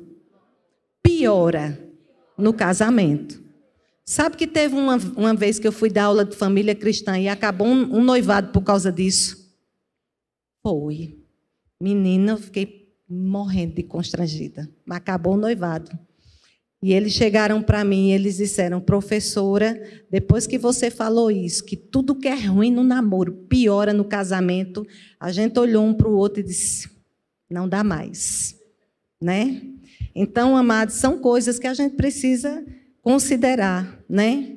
piora no casamento. Sabe que teve uma, uma vez que eu fui dar aula de família cristã e acabou um, um noivado por causa disso? Foi. Menina, eu fiquei morrendo de constrangida. Mas acabou o noivado. E eles chegaram para mim e eles disseram, professora, depois que você falou isso, que tudo que é ruim no namoro piora no casamento, a gente olhou um para o outro e disse, não dá mais. Né? Então, amados, são coisas que a gente precisa considerar. Né?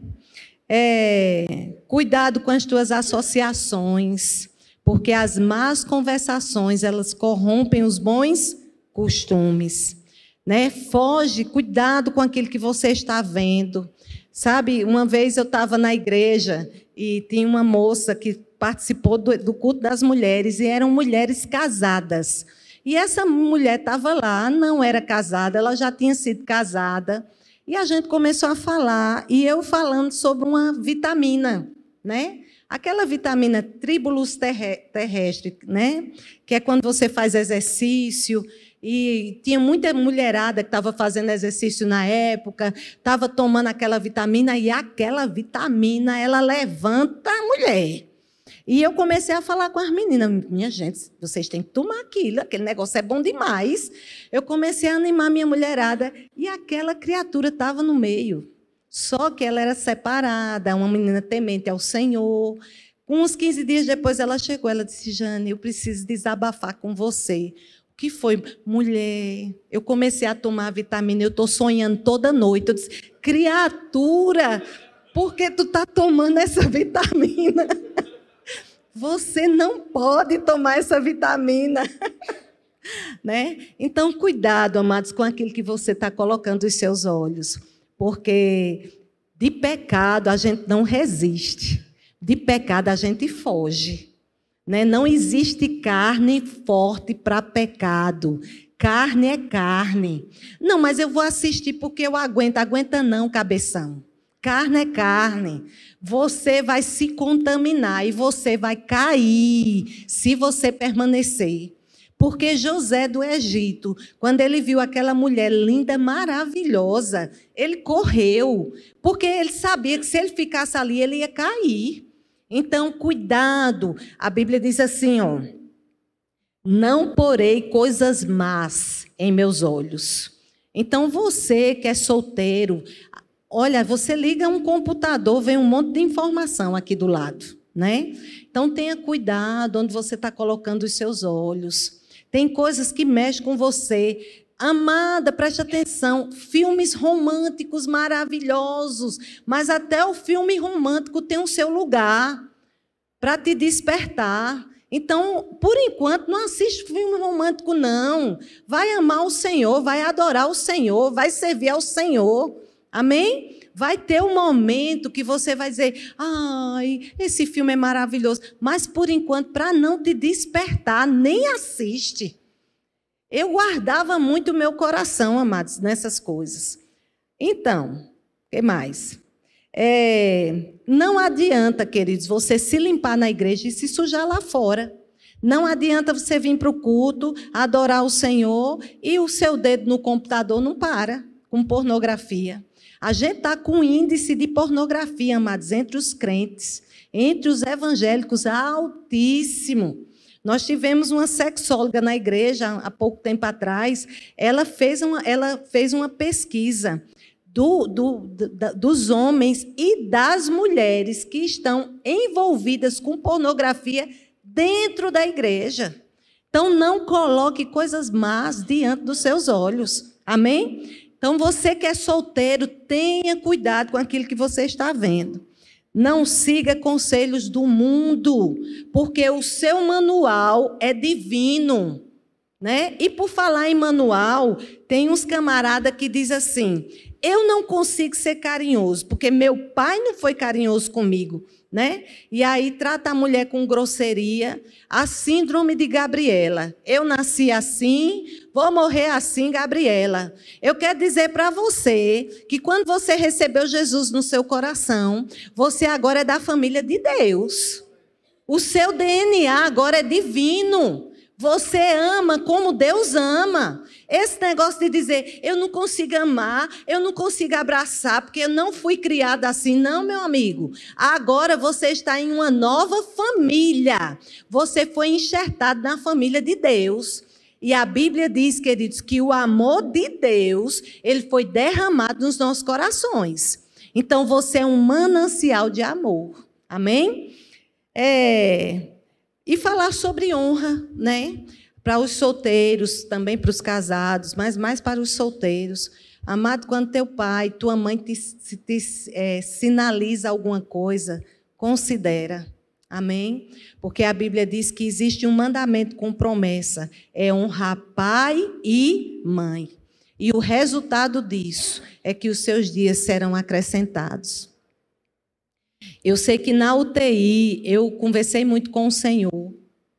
É, cuidado com as tuas associações, porque as más conversações, elas corrompem os bons costumes, né? Foge, cuidado com aquilo que você está vendo. Sabe, uma vez eu estava na igreja e tinha uma moça que participou do, do culto das mulheres e eram mulheres casadas. E essa mulher estava lá, não era casada, ela já tinha sido casada. E a gente começou a falar, e eu falando sobre uma vitamina, né? Aquela vitamina tribulus terrestre, né? Que é quando você faz exercício. E tinha muita mulherada que estava fazendo exercício na época, estava tomando aquela vitamina, e aquela vitamina, ela levanta a mulher. E eu comecei a falar com as meninas, minha gente, vocês têm que tomar aquilo, aquele negócio é bom demais. Eu comecei a animar minha mulherada, e aquela criatura estava no meio. Só que ela era separada, uma menina temente ao Senhor. Uns quinze dias depois ela chegou, ela disse, Jane, eu preciso desabafar com você. O que foi? Mulher, eu comecei a tomar vitamina, eu estou sonhando toda noite. Eu disse, criatura, por que tu está tomando essa vitamina? Você não pode tomar essa vitamina. Né? Então, cuidado, amados, com aquilo que você está colocando os seus olhos. Porque de pecado a gente não resiste. De pecado a gente foge. Né? Não existe carne forte para pecado. Carne é carne. Não, mas eu vou assistir porque eu aguento. Aguenta não, cabeção. Carne é carne. Você vai se contaminar e você vai cair se você permanecer. Porque José do Egito, quando ele viu aquela mulher linda, maravilhosa, ele correu. Porque ele sabia que se ele ficasse ali, ele ia cair. Então, cuidado. A Bíblia diz assim, ó, não porei coisas más em meus olhos. Então, você que é solteiro, olha, você liga um computador, vem um monte de informação aqui do lado, né? Então, tenha cuidado onde você está colocando os seus olhos. Tem coisas que mexem com você. Amada, preste atenção, filmes românticos maravilhosos, mas até o filme romântico tem o seu lugar para te despertar. Então, por enquanto, não assiste filme romântico, não. Vai amar o Senhor, vai adorar o Senhor, vai servir ao Senhor. Amém? Vai ter um momento que você vai dizer, ai, esse filme é maravilhoso, mas, por enquanto, para não te despertar, nem assiste. Eu guardava muito o meu coração, amados, nessas coisas. Então, o que mais? É, não adianta, queridos, você se limpar na igreja e se sujar lá fora. Não adianta você vir para o culto, adorar o Senhor e o seu dedo no computador não para com pornografia. A gente está com índice de pornografia, amados, entre os crentes, entre os evangélicos, altíssimo. Nós tivemos uma sexóloga na igreja, há pouco tempo atrás, ela fez uma, ela fez uma pesquisa do, do, do, dos homens e das mulheres que estão envolvidas com pornografia dentro da igreja. Então, não coloque coisas más diante dos seus olhos. Amém? Então, você que é solteiro, tenha cuidado com aquilo que você está vendo. Não siga conselhos do mundo, porque o seu manual é divino, né? E por falar em manual, tem uns camaradas que dizem assim, eu não consigo ser carinhoso, porque meu pai não foi carinhoso comigo, né? E aí trata a mulher com grosseria, a síndrome de Gabriela. Eu nasci assim, vou morrer assim, Gabriela. Eu quero dizer para você que quando você recebeu Jesus no seu coração, você agora é da família de Deus. O seu D N A agora é divino. Você ama como Deus ama. Esse negócio de dizer, eu não consigo amar, eu não consigo abraçar, porque eu não fui criada assim. Não, meu amigo. Agora você está em uma nova família. Você foi enxertado na família de Deus. E a Bíblia diz, queridos, que o amor de Deus, ele foi derramado nos nossos corações. Então, você é um manancial de amor. Amém? É... E falar sobre honra, né? Para os solteiros, também para os casados, mas mais para os solteiros. Amado, quando teu pai, tua mãe te, te é, sinaliza alguma coisa, considera. Amém? Porque a Bíblia diz que existe um mandamento com promessa, é honrar pai e mãe. E o resultado disso é que os seus dias serão acrescentados. Eu sei que na U T I eu conversei muito com o Senhor.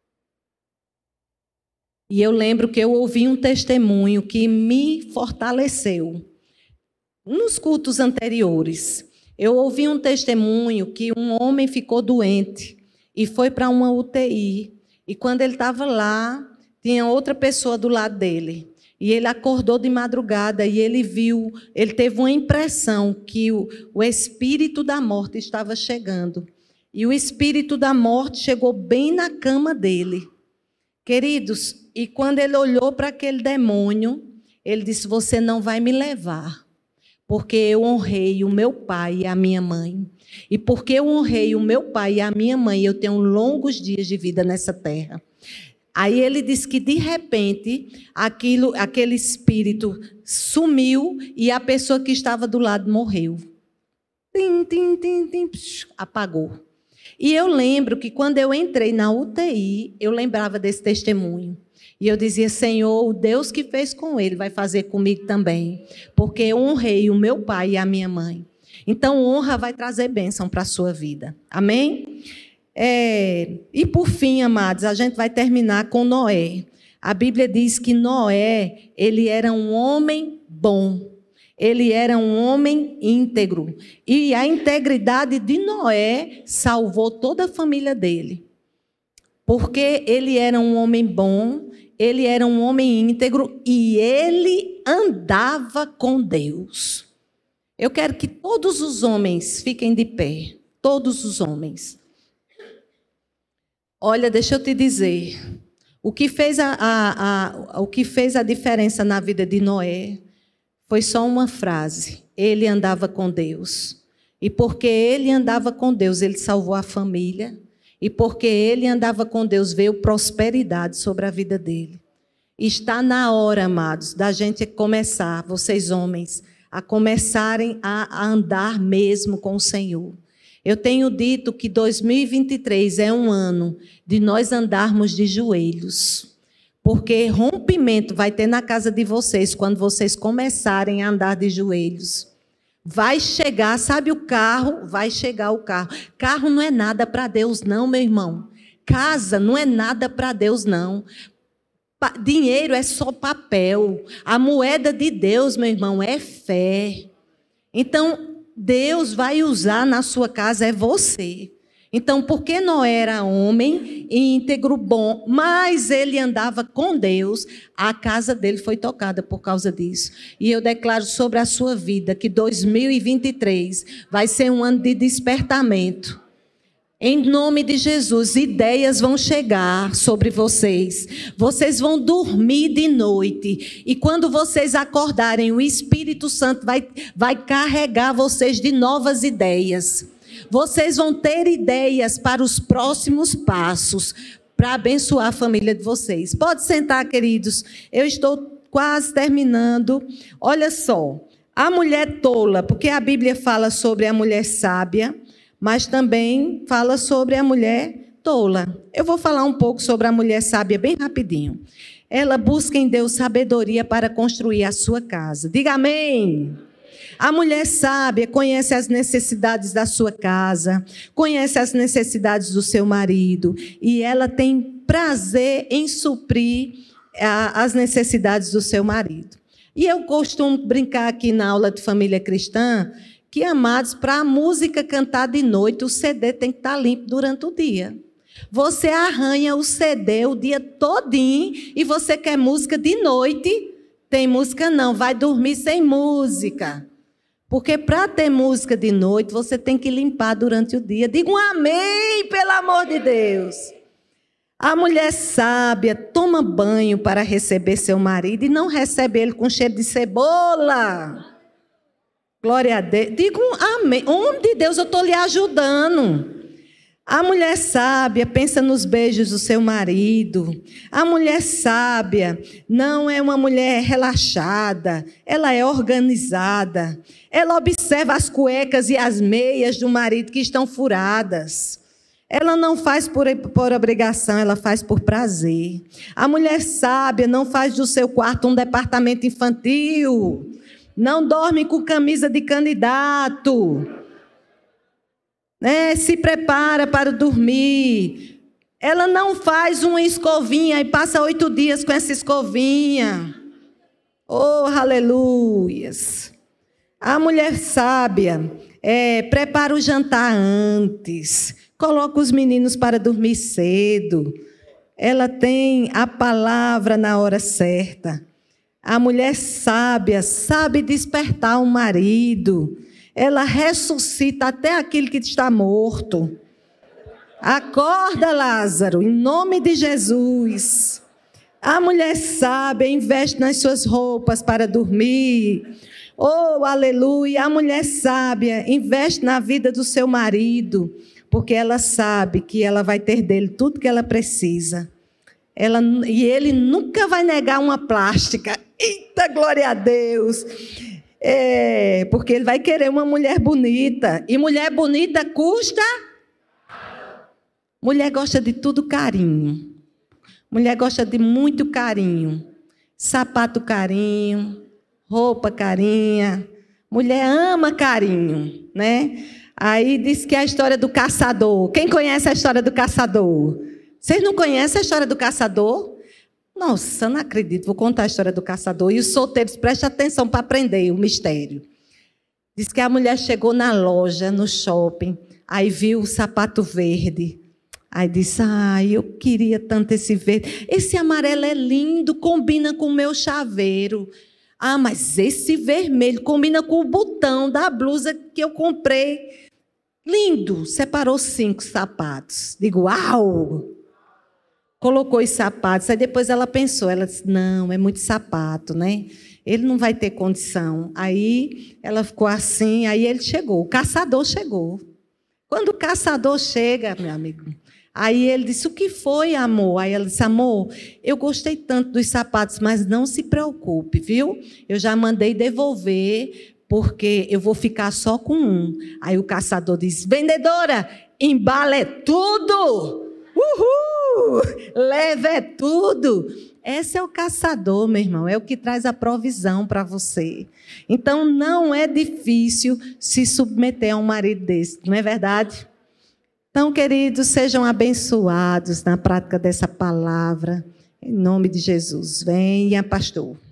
E eu lembro que eu ouvi um testemunho que me fortaleceu nos cultos anteriores. Eu ouvi um testemunho que um homem ficou doente e foi para uma U T I. E quando ele estava lá, tinha outra pessoa do lado dele. E ele acordou de madrugada e ele viu, ele teve uma impressão que o, o espírito da morte estava chegando. E o espírito da morte chegou bem na cama dele. Queridos, e quando ele olhou para aquele demônio, ele disse: você não vai me levar, porque eu honrei o meu pai e a minha mãe. E porque eu honrei o meu pai e a minha mãe, eu tenho longos dias de vida nessa terra. Aí ele disse que, de repente, aquilo, aquele espírito sumiu e a pessoa que estava do lado morreu. Tim, tim, tim, tim, psh, apagou. E eu lembro que, quando eu entrei na U T I, eu lembrava desse testemunho. E eu dizia: Senhor, o Deus que fez com ele vai fazer comigo também, porque eu honrei o meu pai e a minha mãe. Então, honra vai trazer bênção para a sua vida. Amém? É, e por fim, amados, a gente vai terminar com Noé. A Bíblia diz que Noé, ele era um homem bom, ele era um homem íntegro. E a integridade de Noé salvou toda a família dele. Porque ele era um homem bom, ele era um homem íntegro e ele andava com Deus. Eu quero que todos os homens fiquem de pé, todos os homens. Olha, deixa eu te dizer, o que fez a, a, a, o que fez a diferença na vida de Noé foi só uma frase: ele andava com Deus. E porque ele andava com Deus, ele salvou a família. E porque ele andava com Deus, veio prosperidade sobre a vida dele. Está na hora, amados, da gente começar, vocês homens, a começarem a, a andar mesmo com o Senhor. Eu tenho dito que dois mil e vinte e três é um ano de nós andarmos de joelhos. Porque rompimento vai ter na casa de vocês quando vocês começarem a andar de joelhos. Vai chegar, sabe o carro? Vai chegar o carro. Carro não é nada para Deus não, meu irmão. Casa não é nada para Deus não. Dinheiro é só papel. A moeda de Deus, meu irmão, é fé. Então, Deus vai usar na sua casa é você. Então, porque Noé era homem, íntegro, bom, mas ele andava com Deus, a casa dele foi tocada por causa disso. E eu declaro sobre a sua vida que dois mil e vinte e três vai ser um ano de despertamento. Em nome de Jesus, ideias vão chegar sobre vocês. Vocês vão dormir de noite. E quando vocês acordarem, o Espírito Santo vai, vai carregar vocês de novas ideias. Vocês vão ter ideias para os próximos passos, para abençoar a família de vocês. Pode sentar, queridos. Eu estou quase terminando. Olha só, a mulher tola, porque a Bíblia fala sobre a mulher sábia, mas também fala sobre a mulher tola. Eu vou falar um pouco sobre a mulher sábia bem rapidinho. Ela busca em Deus sabedoria para construir a sua casa. Diga amém. A mulher sábia conhece as necessidades da sua casa, conhece as necessidades do seu marido, e ela tem prazer em suprir a, as necessidades do seu marido. E eu costumo brincar aqui na aula de família cristã, que, amados, para a música cantar de noite, o C D tem que estar limpo durante o dia. Você arranha o C D o dia todinho e você quer música de noite? Tem música não, vai dormir sem música. Porque para ter música de noite, você tem que limpar durante o dia. Diga um amém, pelo amor de Deus. A mulher sábia toma banho para receber seu marido e não recebe ele com cheiro de cebola. Glória a Deus. Diga um amém. Homem de Deus, eu estou lhe ajudando. A mulher sábia pensa nos beijos do seu marido. A mulher sábia não é uma mulher relaxada, ela é organizada. Ela observa as cuecas e as meias do marido que estão furadas. Ela não faz por, por obrigação, ela faz por prazer. A mulher sábia não faz do seu quarto um departamento infantil. Não dorme com camisa de candidato. É, se prepara para dormir. Ela não faz uma escovinha e passa oito dias com essa escovinha. Oh, aleluias. A mulher sábia, É, prepara o jantar antes. Coloca os meninos para dormir cedo. Ela tem a palavra na hora certa. A mulher sábia sabe despertar o marido. Ela ressuscita até aquele que está morto. Acorda, Lázaro, em nome de Jesus. A mulher sábia investe nas suas roupas para dormir. Oh, aleluia. A mulher sábia investe na vida do seu marido, porque ela sabe que ela vai ter dele tudo que ela precisa. Ela, e ele nunca vai negar uma plástica. Eita, glória a Deus! É, porque ele vai querer uma mulher bonita. E mulher bonita custa? Mulher gosta de tudo carinho. Mulher gosta de muito carinho. Sapato carinho, roupa carinha. Mulher ama carinho, né? Aí diz que é a história do caçador. Quem conhece a história do caçador? Vocês não conhecem a história do caçador? Nossa, não acredito. Vou contar a história do caçador. E os solteiros, prestem atenção para aprender o mistério. Diz que a mulher chegou na loja, no shopping, aí viu o sapato verde. Aí disse, ai, eu queria tanto esse verde. Esse amarelo é lindo, combina com o meu chaveiro. Ah, mas esse vermelho combina com o botão da blusa que eu comprei. Lindo. Separou cinco sapatos. Digo, uau! Colocou os sapatos. Aí depois ela pensou, ela disse, não, é muito sapato, né? Ele não vai ter condição. Aí ela ficou assim, aí ele chegou. O caçador chegou. Quando o caçador chega, meu amigo, aí ele disse, o que foi, amor? Aí ela disse, amor, eu gostei tanto dos sapatos, mas não se preocupe, viu? Eu já mandei devolver, porque eu vou ficar só com um. Aí o caçador disse, vendedora, embala é tudo! Uhul! Leva é tudo! Esse é o caçador, meu irmão, é o que traz a provisão para você. Então, não é difícil se submeter a um marido desse, não é verdade? Então, queridos, sejam abençoados na prática dessa palavra. Em nome de Jesus. Venha, pastor.